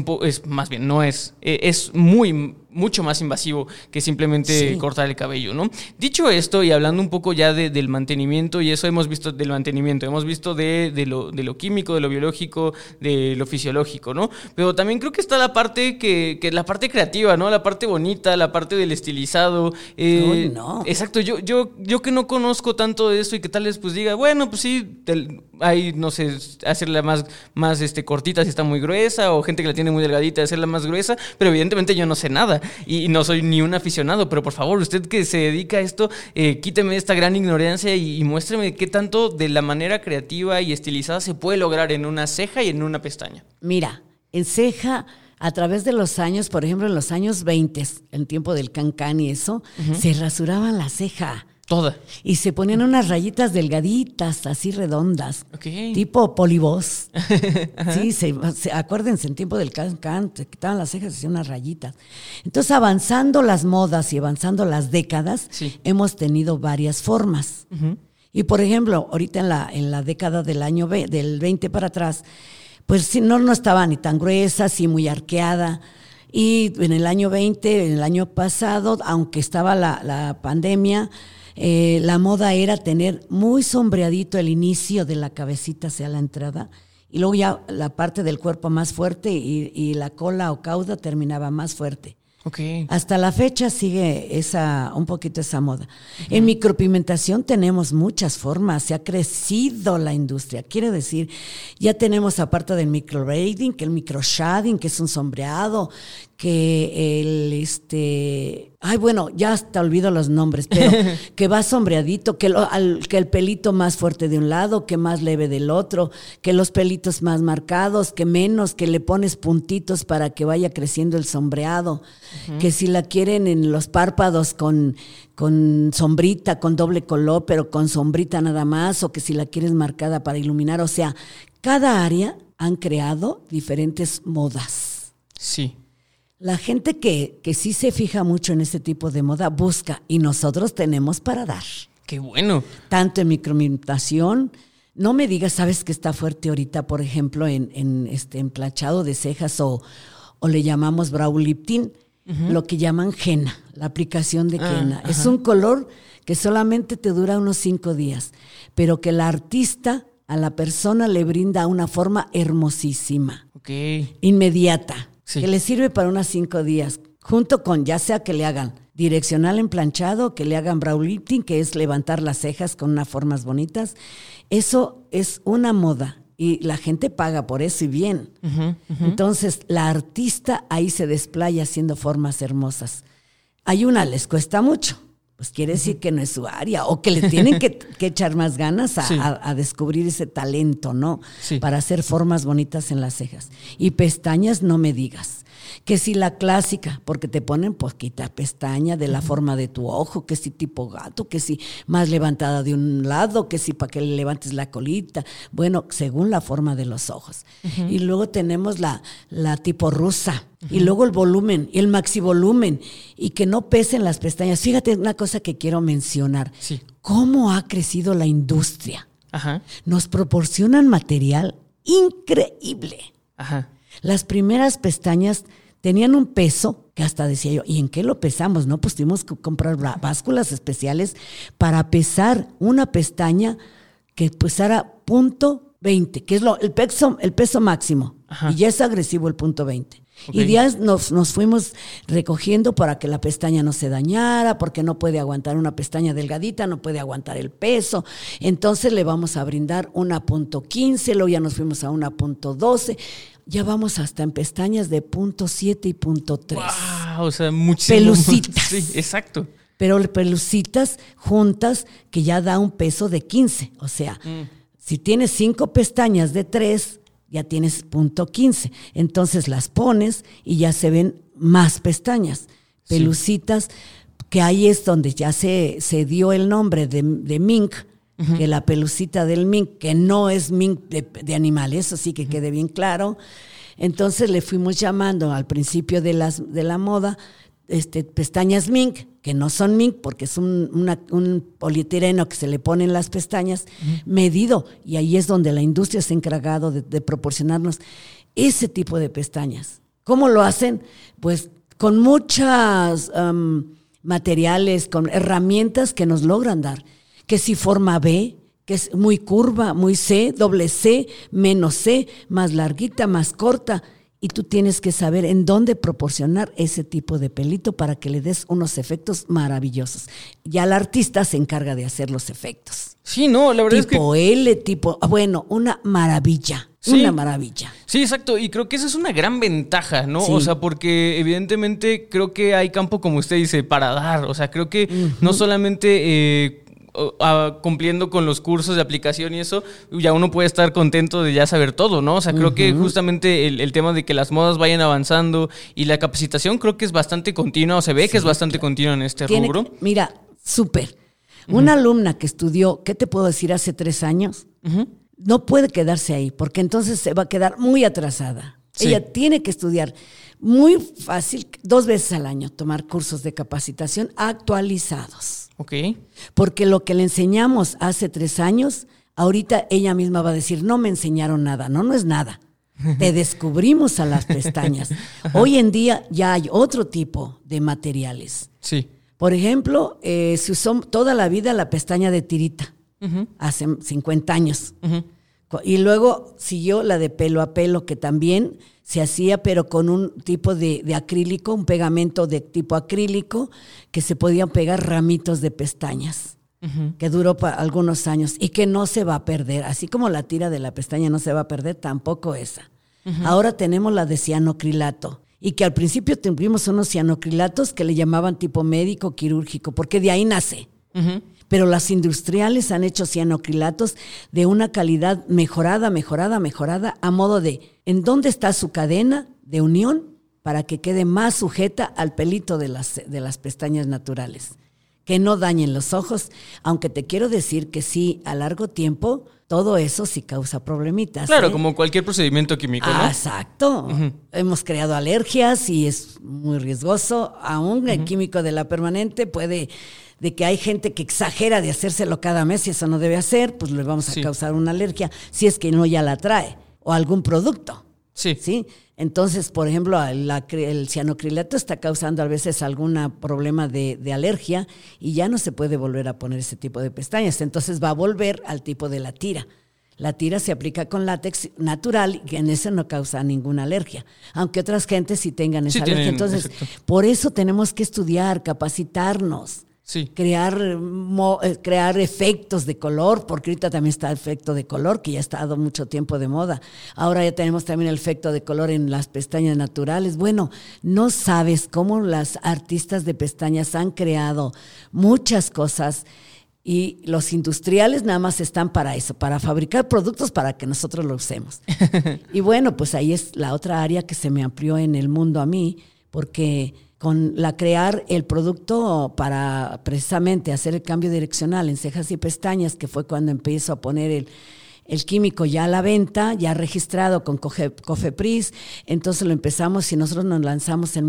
mucho más invasivo que simplemente cortar el cabello, ¿no? Dicho esto, y hablando un poco ya del mantenimiento, y eso hemos visto del mantenimiento, hemos visto de lo químico, de lo biológico, de lo fisiológico, ¿no? Pero también creo que está la parte que la parte creativa, ¿no? La parte bonita, la parte del estilizado. Uy, no. Exacto, yo que no conozco tanto de eso y que tal vez pues diga, bueno, pues sí, hay, no sé, hacerla más cortita si está muy gruesa, o gente que la tiene muy delgadita, hacerla más gruesa, pero evidentemente yo no sé nada y no soy ni un aficionado, pero por favor, usted que se dedica a esto, quíteme esta gran ignorancia y muéstreme qué tanto de la manera creativa y estilizada se puede lograr en una ceja y en una pestaña. Mira, en ceja, a través de los años, por ejemplo, en los años 20, en tiempo del cancán y eso, se rasuraban la ceja. Toda. Y se ponían unas rayitas delgaditas, así redondas, Ok. tipo polibos. Sí, acuérdense, en tiempo del can, se quitaban las cejas y hacían unas rayitas. Entonces, avanzando las modas y avanzando las décadas, Sí. hemos tenido varias formas. Ujú. Y, por ejemplo, ahorita en la década del año del 20 para atrás, pues sí, no estaba ni tan gruesa, sí muy arqueada. Y en el año 20, en el año pasado, aunque estaba la pandemia, la moda era tener muy sombreadito el inicio de la cabecita hacia la entrada y luego ya la parte del cuerpo más fuerte y la cola o cauda terminaba más fuerte. Ok. Hasta la fecha sigue un poquito esa moda. En micropigmentación tenemos muchas formas, se ha crecido la industria. Quiere decir, ya tenemos aparte del microblading, que el microshading, que es un sombreado, que ya hasta olvido los nombres, pero que va sombreadito, que el pelito más fuerte de un lado, que más leve del otro, que los pelitos más marcados, que menos, que le pones puntitos para que vaya creciendo el sombreado, que si la quieren en los párpados con sombrita, con doble color, pero con sombrita nada más, o que si la quieres marcada para iluminar, o sea, cada área han creado diferentes modas. Sí. La gente que sí se fija mucho en este tipo de moda busca y nosotros tenemos para dar. Qué bueno. Tanto en micropigmentación, no me digas, sabes que está fuerte ahorita, por ejemplo, en planchado de cejas o le llamamos brow lifting, lo que llaman henna, la aplicación de henna. Es un color que solamente te dura unos 5 días, pero que la artista a la persona le brinda una forma hermosísima, Ok. inmediata. Sí. Que le sirve para unos 5 días, junto con ya sea que le hagan direccional en planchado, que le hagan brow lifting, que es levantar las cejas con unas formas bonitas. Eso es una moda y la gente paga por eso y bien. Entonces, la artista ahí se desplaya haciendo formas hermosas. Hay una, les cuesta mucho, pues quiere decir que no es su área o que le tienen que echar más ganas a descubrir ese talento, ¿no? Sí. Para hacer formas bonitas en las cejas. Y pestañas, no me digas. Que si la clásica, porque te ponen poquita pestaña de la forma de tu ojo, que si tipo gato, que si más levantada de un lado, que si para que le levantes la colita. Bueno, según la forma de los ojos. Y luego tenemos la tipo rusa. Y luego el volumen y el maxivolumen y que no pesen las pestañas. Fíjate una cosa que quiero mencionar. Sí. ¿Cómo ha crecido la industria? Ajá. Nos proporcionan material increíble. Ajá. Las primeras pestañas tenían un peso que hasta decía yo, ¿y en qué lo pesamos? No, pues tuvimos que comprar básculas especiales para pesar una pestaña que pesara .20, que es el peso máximo. Ajá. Y ya es agresivo el .20. Okay. Y ya nos fuimos recogiendo para que la pestaña no se dañara, porque no puede aguantar una pestaña delgadita, no puede aguantar el peso. Entonces le vamos a brindar una .15, luego ya nos fuimos a una .12. Ya vamos hasta en pestañas de .7 y .3. Wow, o sea, muchísimo. Pelucitas. Sí, exacto. Pero pelucitas juntas que ya da un peso de 15. O sea, si tienes 5 pestañas de 3, ya tienes .15. Entonces las pones y ya se ven más pestañas. Pelucitas, que ahí es donde ya se dio el nombre de mink, que la pelucita del mink, que no es mink de animales, eso sí que quede bien claro. Entonces le fuimos llamando al principio de la moda pestañas mink, que no son mink porque es un polietileno que se le pone en las pestañas medido, y ahí es donde la industria se ha encargado de proporcionarnos ese tipo de pestañas. ¿Cómo lo hacen? Pues con muchas materiales, con herramientas que nos logran dar. Que si forma B, que es muy curva, muy C, doble C, menos C, más larguita, más corta. Y tú tienes que saber en dónde proporcionar ese tipo de pelito para que le des unos efectos maravillosos. Ya el artista se encarga de hacer los efectos. Sí, no, la verdad tipo es que... L, una maravilla. Sí. Una maravilla. Sí, exacto. Y creo que esa es una gran ventaja, ¿no? Sí. O sea, porque evidentemente creo que hay campo, como usted dice, para dar. O sea, creo que no solamente... cumpliendo con los cursos de aplicación y eso, ya uno puede estar contento de ya saber todo, ¿no? O sea, creo que justamente el tema de que las modas vayan avanzando y la capacitación creo que es bastante continua, o se ve que es bastante continua en este rubro. Mira, súper. Una alumna que estudió, ¿qué te puedo decir? Hace 3 años, no puede quedarse ahí, porque entonces se va a quedar muy atrasada. Sí. Ella tiene que estudiar muy fácil, 2 veces al año, tomar cursos de capacitación actualizados. Okay. Porque lo que le enseñamos hace 3 años, ahorita ella misma va a decir, no me enseñaron nada. No es nada. Te descubrimos a las pestañas. Hoy en día ya hay otro tipo de materiales. Sí. Por ejemplo, se usó toda la vida la pestaña de tirita, hace 50 años. Y luego siguió la de pelo a pelo, que también se hacía, pero con un tipo de acrílico, un pegamento de tipo acrílico, que se podían pegar ramitos de pestañas, que duró algunos años y que no se va a perder. Así como la tira de la pestaña no se va a perder, tampoco esa. Ahora tenemos la de cianocrilato. Y que al principio tuvimos unos cianocrilatos que le llamaban tipo médico quirúrgico, porque de ahí nace. Pero las industriales han hecho cianocrilatos de una calidad mejorada, a modo de ¿en dónde está su cadena de unión para que quede más sujeta al pelito de las pestañas naturales? Que no dañen los ojos, aunque te quiero decir que sí, a largo tiempo, todo eso sí causa problemitas. Claro, como cualquier procedimiento químico, ¿no? Exacto. Hemos creado alergias y es muy riesgoso. Aún el químico de la permanente puede, de que hay gente que exagera de hacérselo cada mes y eso no debe hacer, pues le vamos a causar una alergia si es que no ya la trae, o algún producto. ¿Sí? Entonces, por ejemplo, el cianocrilato está causando a veces algún problema de alergia y ya no se puede volver a poner ese tipo de pestañas. Entonces va a volver al tipo de la tira. La tira se aplica con látex natural y en ese no causa ninguna alergia, aunque otras gentes sí tengan esa alergia. Entonces, por eso tenemos que estudiar, capacitarnos. Sí. Crear efectos de color, porque ahorita también está el efecto de color, que ya ha estado mucho tiempo de moda. Ahora ya tenemos también el efecto de color en las pestañas naturales. Bueno, no sabes cómo las artistas de pestañas han creado muchas cosas y los industriales nada más están para eso, para fabricar productos para que nosotros lo usemos. Y bueno, pues ahí es la otra área que se me amplió en el mundo a mí, porque con crear el producto para precisamente hacer el cambio direccional en cejas y pestañas, que fue cuando empiezo a poner el químico ya a la venta, ya registrado con Cofepris, entonces lo empezamos y nosotros nos lanzamos en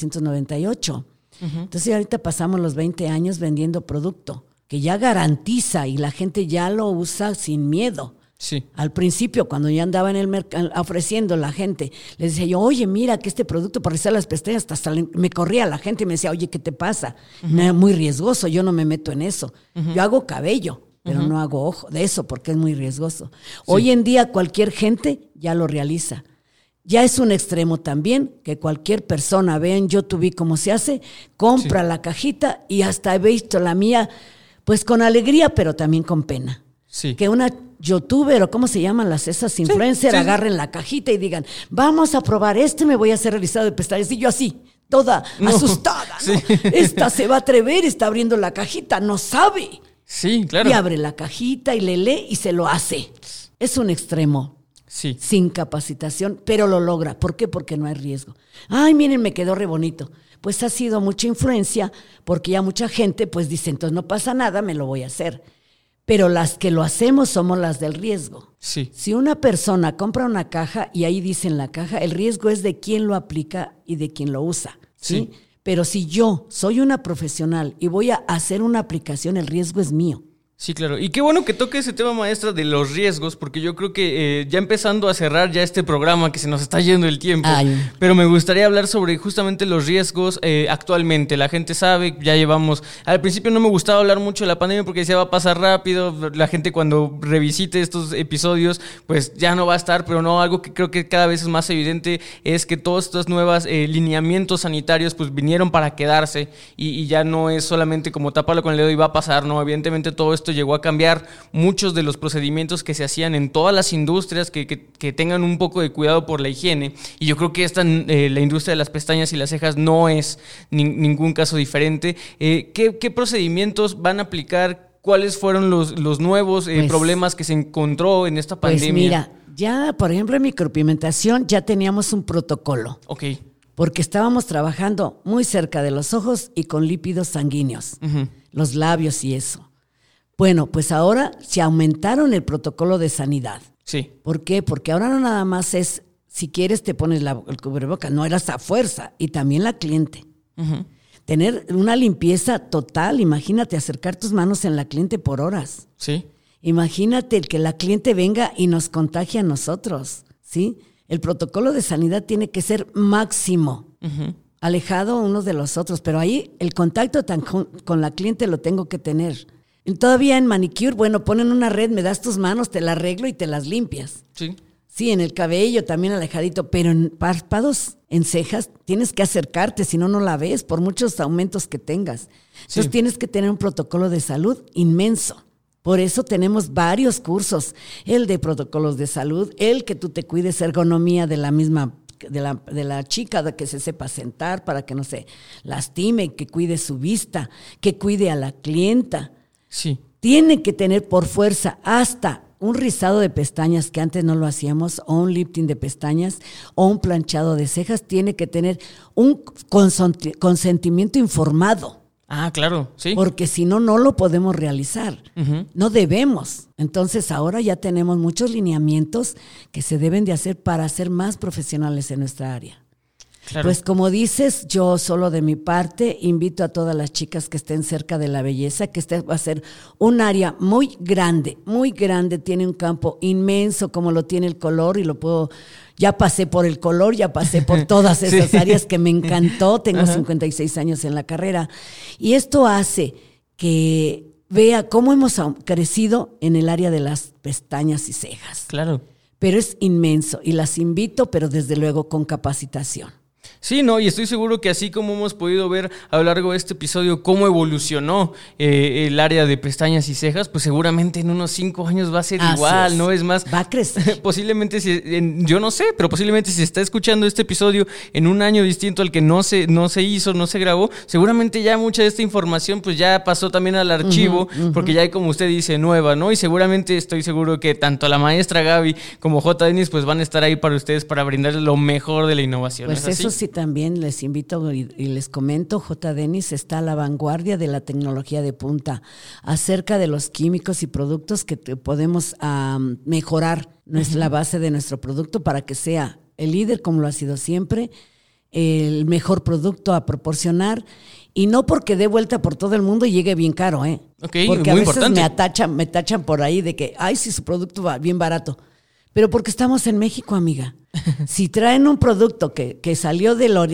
1998. Entonces ahorita pasamos los 20 años vendiendo producto que ya garantiza y la gente ya lo usa sin miedo. Sí. Al principio, cuando yo andaba en el mercado ofreciendo a la gente, les decía yo, oye, mira que este producto para rizar las pestañas, hasta me corría la gente y me decía, oye, ¿qué te pasa? Muy riesgoso, yo no me meto en eso. Yo hago cabello, pero no hago ojo de eso porque es muy riesgoso. Sí. Hoy en día cualquier gente ya lo realiza. Ya es un extremo también que cualquier persona ve en YouTube cómo se hace, compra la cajita y hasta he visto la mía, pues con alegría, pero también con pena. Sí. Que una youtuber o cómo se llaman esas influencers agarren la cajita y digan, vamos a probar me voy a hacer realizado de pestañas. Y yo así, toda asustada, ¿no? Sí. Esta se va a atrever, está abriendo la cajita, no sabe. Sí, claro. Y abre la cajita y le lee y se lo hace. Es un extremo. Sí. Sin capacitación, pero lo logra. ¿Por qué? Porque no hay riesgo. Ay, miren, me quedó re bonito. Pues ha sido mucha influencia porque ya mucha gente pues dice, entonces no pasa nada, me lo voy a hacer. Pero las que lo hacemos somos las del riesgo. Sí. Si una persona compra una caja y ahí dice en la caja, el riesgo es de quién lo aplica y de quién lo usa. ¿Sí? Pero si yo soy una profesional y voy a hacer una aplicación, el riesgo es mío. Sí, claro. Y qué bueno que toque ese tema, maestra, de los riesgos, porque yo creo que ya empezando a cerrar ya este programa, que se nos está yendo el tiempo, pero me gustaría hablar sobre justamente los riesgos actualmente. La gente sabe, ya llevamos... Al principio no me gustaba hablar mucho de la pandemia porque decía va a pasar rápido, la gente cuando revisite estos episodios, pues ya no va a estar, pero no, algo que creo que cada vez es más evidente es que todos estos nuevos lineamientos sanitarios pues vinieron para quedarse y ya no es solamente como taparlo con el dedo y va a pasar, no, evidentemente todo esto llegó a cambiar muchos de los procedimientos que se hacían en todas las industrias que tengan un poco de cuidado por la higiene, y yo creo que la industria de las pestañas y las cejas no es ningún caso diferente. ¿Qué procedimientos van a aplicar? ¿Cuáles fueron los nuevos problemas que se encontró en esta pandemia? Pues mira, ya por ejemplo en micropigmentación ya teníamos un protocolo. Ok. Porque estábamos trabajando muy cerca de los ojos y con lípidos sanguíneos, los labios y eso. Bueno, pues ahora se aumentaron el protocolo de sanidad. Sí. ¿Por qué? Porque ahora no nada más es, si quieres te pones el cubrebocas, no eras a fuerza, y también la cliente. Uh-huh. Tener una limpieza total, imagínate acercar tus manos en la cliente por horas. Sí. Imagínate que la cliente venga y nos contagie a nosotros, ¿sí? El protocolo de sanidad tiene que ser máximo, uh-huh, alejado unos de los otros, pero ahí el contacto con la cliente lo tengo que tener. Y todavía en manicure, bueno, ponen una red, me das tus manos, te la arreglo y te las limpias. Sí. Sí, en el cabello también alejadito, pero en párpados, en cejas, tienes que acercarte, si no, no la ves, por muchos aumentos que tengas. Entonces tienes que tener un protocolo de salud inmenso. Por eso tenemos varios cursos, el de protocolos de salud, el que tú te cuides ergonomía de la misma, de la chica, de que se sepa sentar para que no se lastime, que cuide su vista, que cuide a la clienta. Sí. Tiene que tener por fuerza hasta un rizado de pestañas que antes no lo hacíamos, o un lifting de pestañas, o un planchado de cejas. Tiene que tener un consentimiento informado. Ah, claro, sí. Porque si no, no lo podemos realizar. Uh-huh. No debemos. Entonces ahora ya tenemos muchos lineamientos que se deben de hacer para ser más profesionales en nuestra área. Claro. Pues como dices, yo solo de mi parte invito a todas las chicas que estén cerca de la belleza, que este va a ser un área muy grande, tiene un campo inmenso como lo tiene el color y lo puedo, ya pasé por el color, ya pasé por todas esas áreas que me encantó, tengo 56 años en la carrera y esto hace que vea cómo hemos crecido en el área de las pestañas y cejas. Claro. Pero es inmenso y las invito, pero desde luego con capacitación. Sí, no, y estoy seguro que así como hemos podido ver a lo largo de este episodio cómo evolucionó el área de pestañas y cejas, pues seguramente en unos 5 años va a ser igual, ¿no? Es más, va a crecer. Posiblemente, yo no sé, pero posiblemente si está escuchando este episodio en un año distinto al que no se hizo, no se grabó, seguramente ya mucha de esta información pues ya pasó también al archivo, porque ya hay, como usted dice, nueva, ¿no? Y seguramente estoy seguro que tanto la maestra Gaby como J. Dennis pues van a estar ahí para ustedes para brindarles lo mejor de la innovación. Pues eso sí, también les invito y les comento, J. Dennis está a la vanguardia de la tecnología de punta acerca de los químicos y productos que podemos mejorar la base de nuestro producto para que sea el líder, como lo ha sido siempre, el mejor producto a proporcionar y no porque dé vuelta por todo el mundo y llegue bien caro, ¿eh? Okay, porque muy a veces importante. me tachan por ahí de que, ay, si su producto va bien barato. Pero porque estamos en México, amiga. Si traen un producto que salió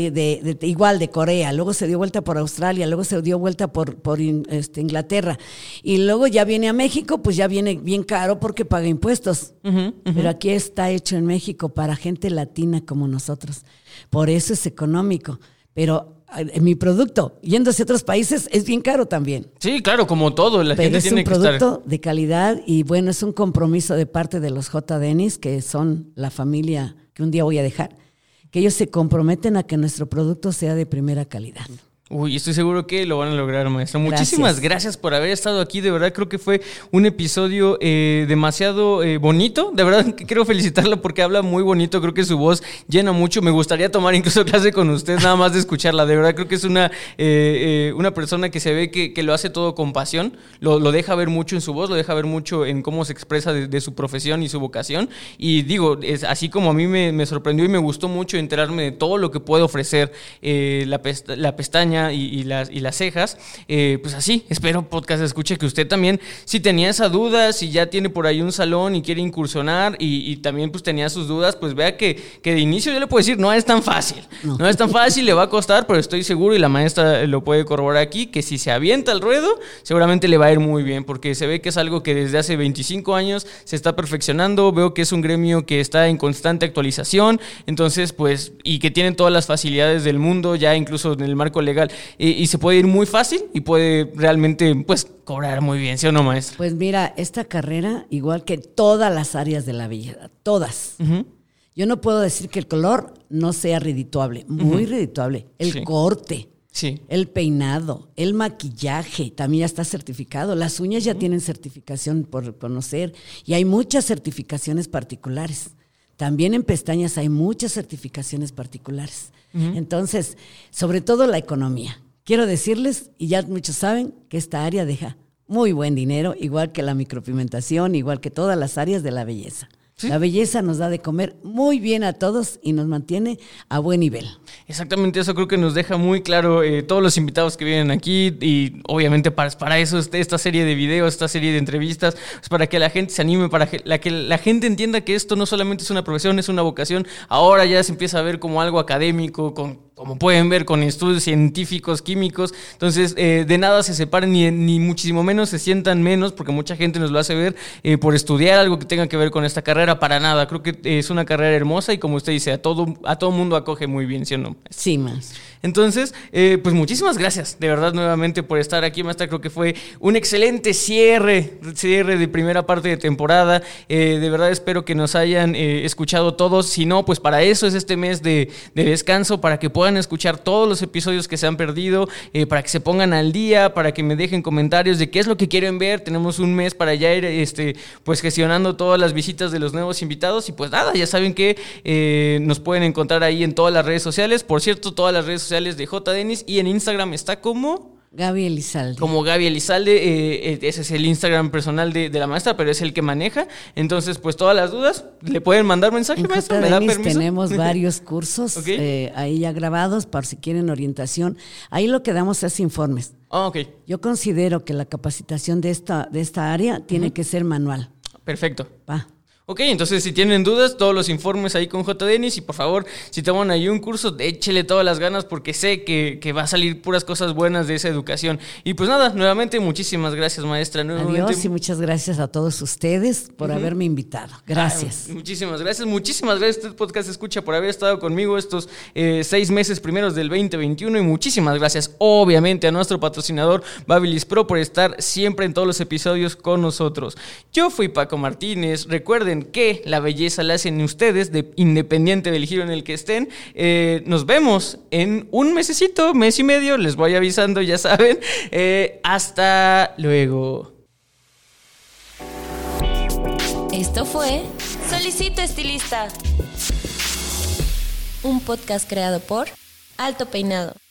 igual de Corea, luego se dio vuelta por Australia, luego se dio vuelta por Inglaterra, y luego ya viene a México, pues ya viene bien caro porque paga impuestos. Pero aquí está hecho en México para gente latina como nosotros. Por eso es económico. Pero mi producto, yéndose a otros países, es bien caro también. Sí, claro, como todo. La gente tiene que estar. Es un producto de calidad y bueno, es un compromiso de parte de los J. Dennis, que son la familia que un día voy a dejar, que ellos se comprometen a que nuestro producto sea de primera calidad. Uy, estoy seguro que lo van a lograr, maestra. Muchísimas gracias por haber estado aquí. De verdad, creo que fue un episodio demasiado bonito. De verdad, quiero felicitarla porque habla muy bonito. Creo que su voz llena mucho. Me gustaría tomar incluso clase con usted, nada más de escucharla. De verdad, creo que es una persona que se ve que lo hace todo con pasión. Lo deja ver mucho en su voz, lo deja ver mucho en cómo se expresa de su profesión y su vocación. Y digo, es así como a mí me sorprendió y me gustó mucho enterarme de todo lo que puede ofrecer la pestaña y las cejas, pues así, espero podcast escuche que usted también, si tenía esa duda, si ya tiene por ahí un salón y quiere incursionar y también pues tenía sus dudas, pues vea que de inicio yo le puedo decir, no es tan fácil, no es tan fácil, le va a costar, pero estoy seguro y la maestra lo puede corroborar aquí, que si se avienta al ruedo, seguramente le va a ir muy bien, porque se ve que es algo que desde hace 25 años se está perfeccionando, veo que es un gremio que está en constante actualización, entonces pues, y que tienen todas las facilidades del mundo, ya incluso en el marco legal, y se puede ir muy fácil y puede realmente pues cobrar muy bien, ¿sí o no, maestra? Pues mira, esta carrera, igual que todas las áreas de la belleza, todas. Yo no puedo decir que el color no sea redituable, muy redituable. El corte, el peinado, el maquillaje, también ya está certificado. Las uñas ya tienen certificación por conocer y hay muchas certificaciones particulares. También en pestañas hay muchas certificaciones particulares. Entonces, sobre todo la economía. Quiero decirles, y ya muchos saben, que esta área deja muy buen dinero, igual que la micropigmentación, igual que todas las áreas de la belleza. ¿Sí? La belleza nos da de comer muy bien a todos y nos mantiene a buen nivel. Exactamente, eso creo que nos deja muy claro todos los invitados que vienen aquí y obviamente para eso esta serie de videos, esta serie de entrevistas, pues para que la gente se anime, para que la gente entienda que esto no solamente es una profesión, es una vocación. Ahora ya se empieza a ver como algo académico, como pueden ver, con estudios científicos, químicos. Entonces, de nada se separen ni muchísimo menos se sientan menos, porque mucha gente nos lo hace ver por estudiar algo que tenga que ver con esta carrera. Para nada, creo que es una carrera hermosa y como usted dice, a todo mundo acoge muy bien, ¿sí o no? Sí, más. Entonces, pues muchísimas gracias, de verdad, nuevamente por estar aquí, maestra. Creo que fue un excelente cierre de primera parte de temporada. De verdad espero que nos hayan escuchado todos. Si no, pues para eso es este mes de descanso, para que puedan escuchar todos los episodios que se han perdido, para que se pongan al día, para que me dejen comentarios de qué es lo que quieren ver. Tenemos un mes para ya ir pues gestionando todas las visitas de los nuevos invitados. Y pues nada, ya saben que nos pueden encontrar ahí en todas las redes sociales. Por cierto, todas las redes sociales de J. Denis, y en Instagram está como Gaby Elizalde. Como Gaby Elizalde, ese es el Instagram personal de la maestra, pero es el que maneja. Entonces, pues todas las dudas le pueden mandar mensaje, maestra. ¿Me da permiso? Tenemos varios cursos ahí ya grabados para si quieren orientación. Ahí lo que damos es informes. Yo considero que la capacitación de esta área tiene que ser manual. Perfecto. Ok, entonces si tienen dudas, todos los informes ahí con J. Denis, y por favor, si toman ahí un curso, échele todas las ganas porque sé que va a salir puras cosas buenas de esa educación. Y pues nada, nuevamente muchísimas gracias, maestra. Adiós y muchas gracias a todos ustedes por haberme invitado. Gracias. Muchísimas gracias este podcast escucha por haber estado conmigo estos 6 meses primeros del 2021, y muchísimas gracias obviamente a nuestro patrocinador Babyliss Pro por estar siempre en todos los episodios con nosotros. Yo fui Paco Martínez. Recuerden que la belleza la hacen ustedes, independiente del giro en el que estén. Nos vemos en un mes y medio, les voy avisando, ya saben. Hasta luego. Esto fue Solicito Estilista, un podcast creado por Alto Peinado.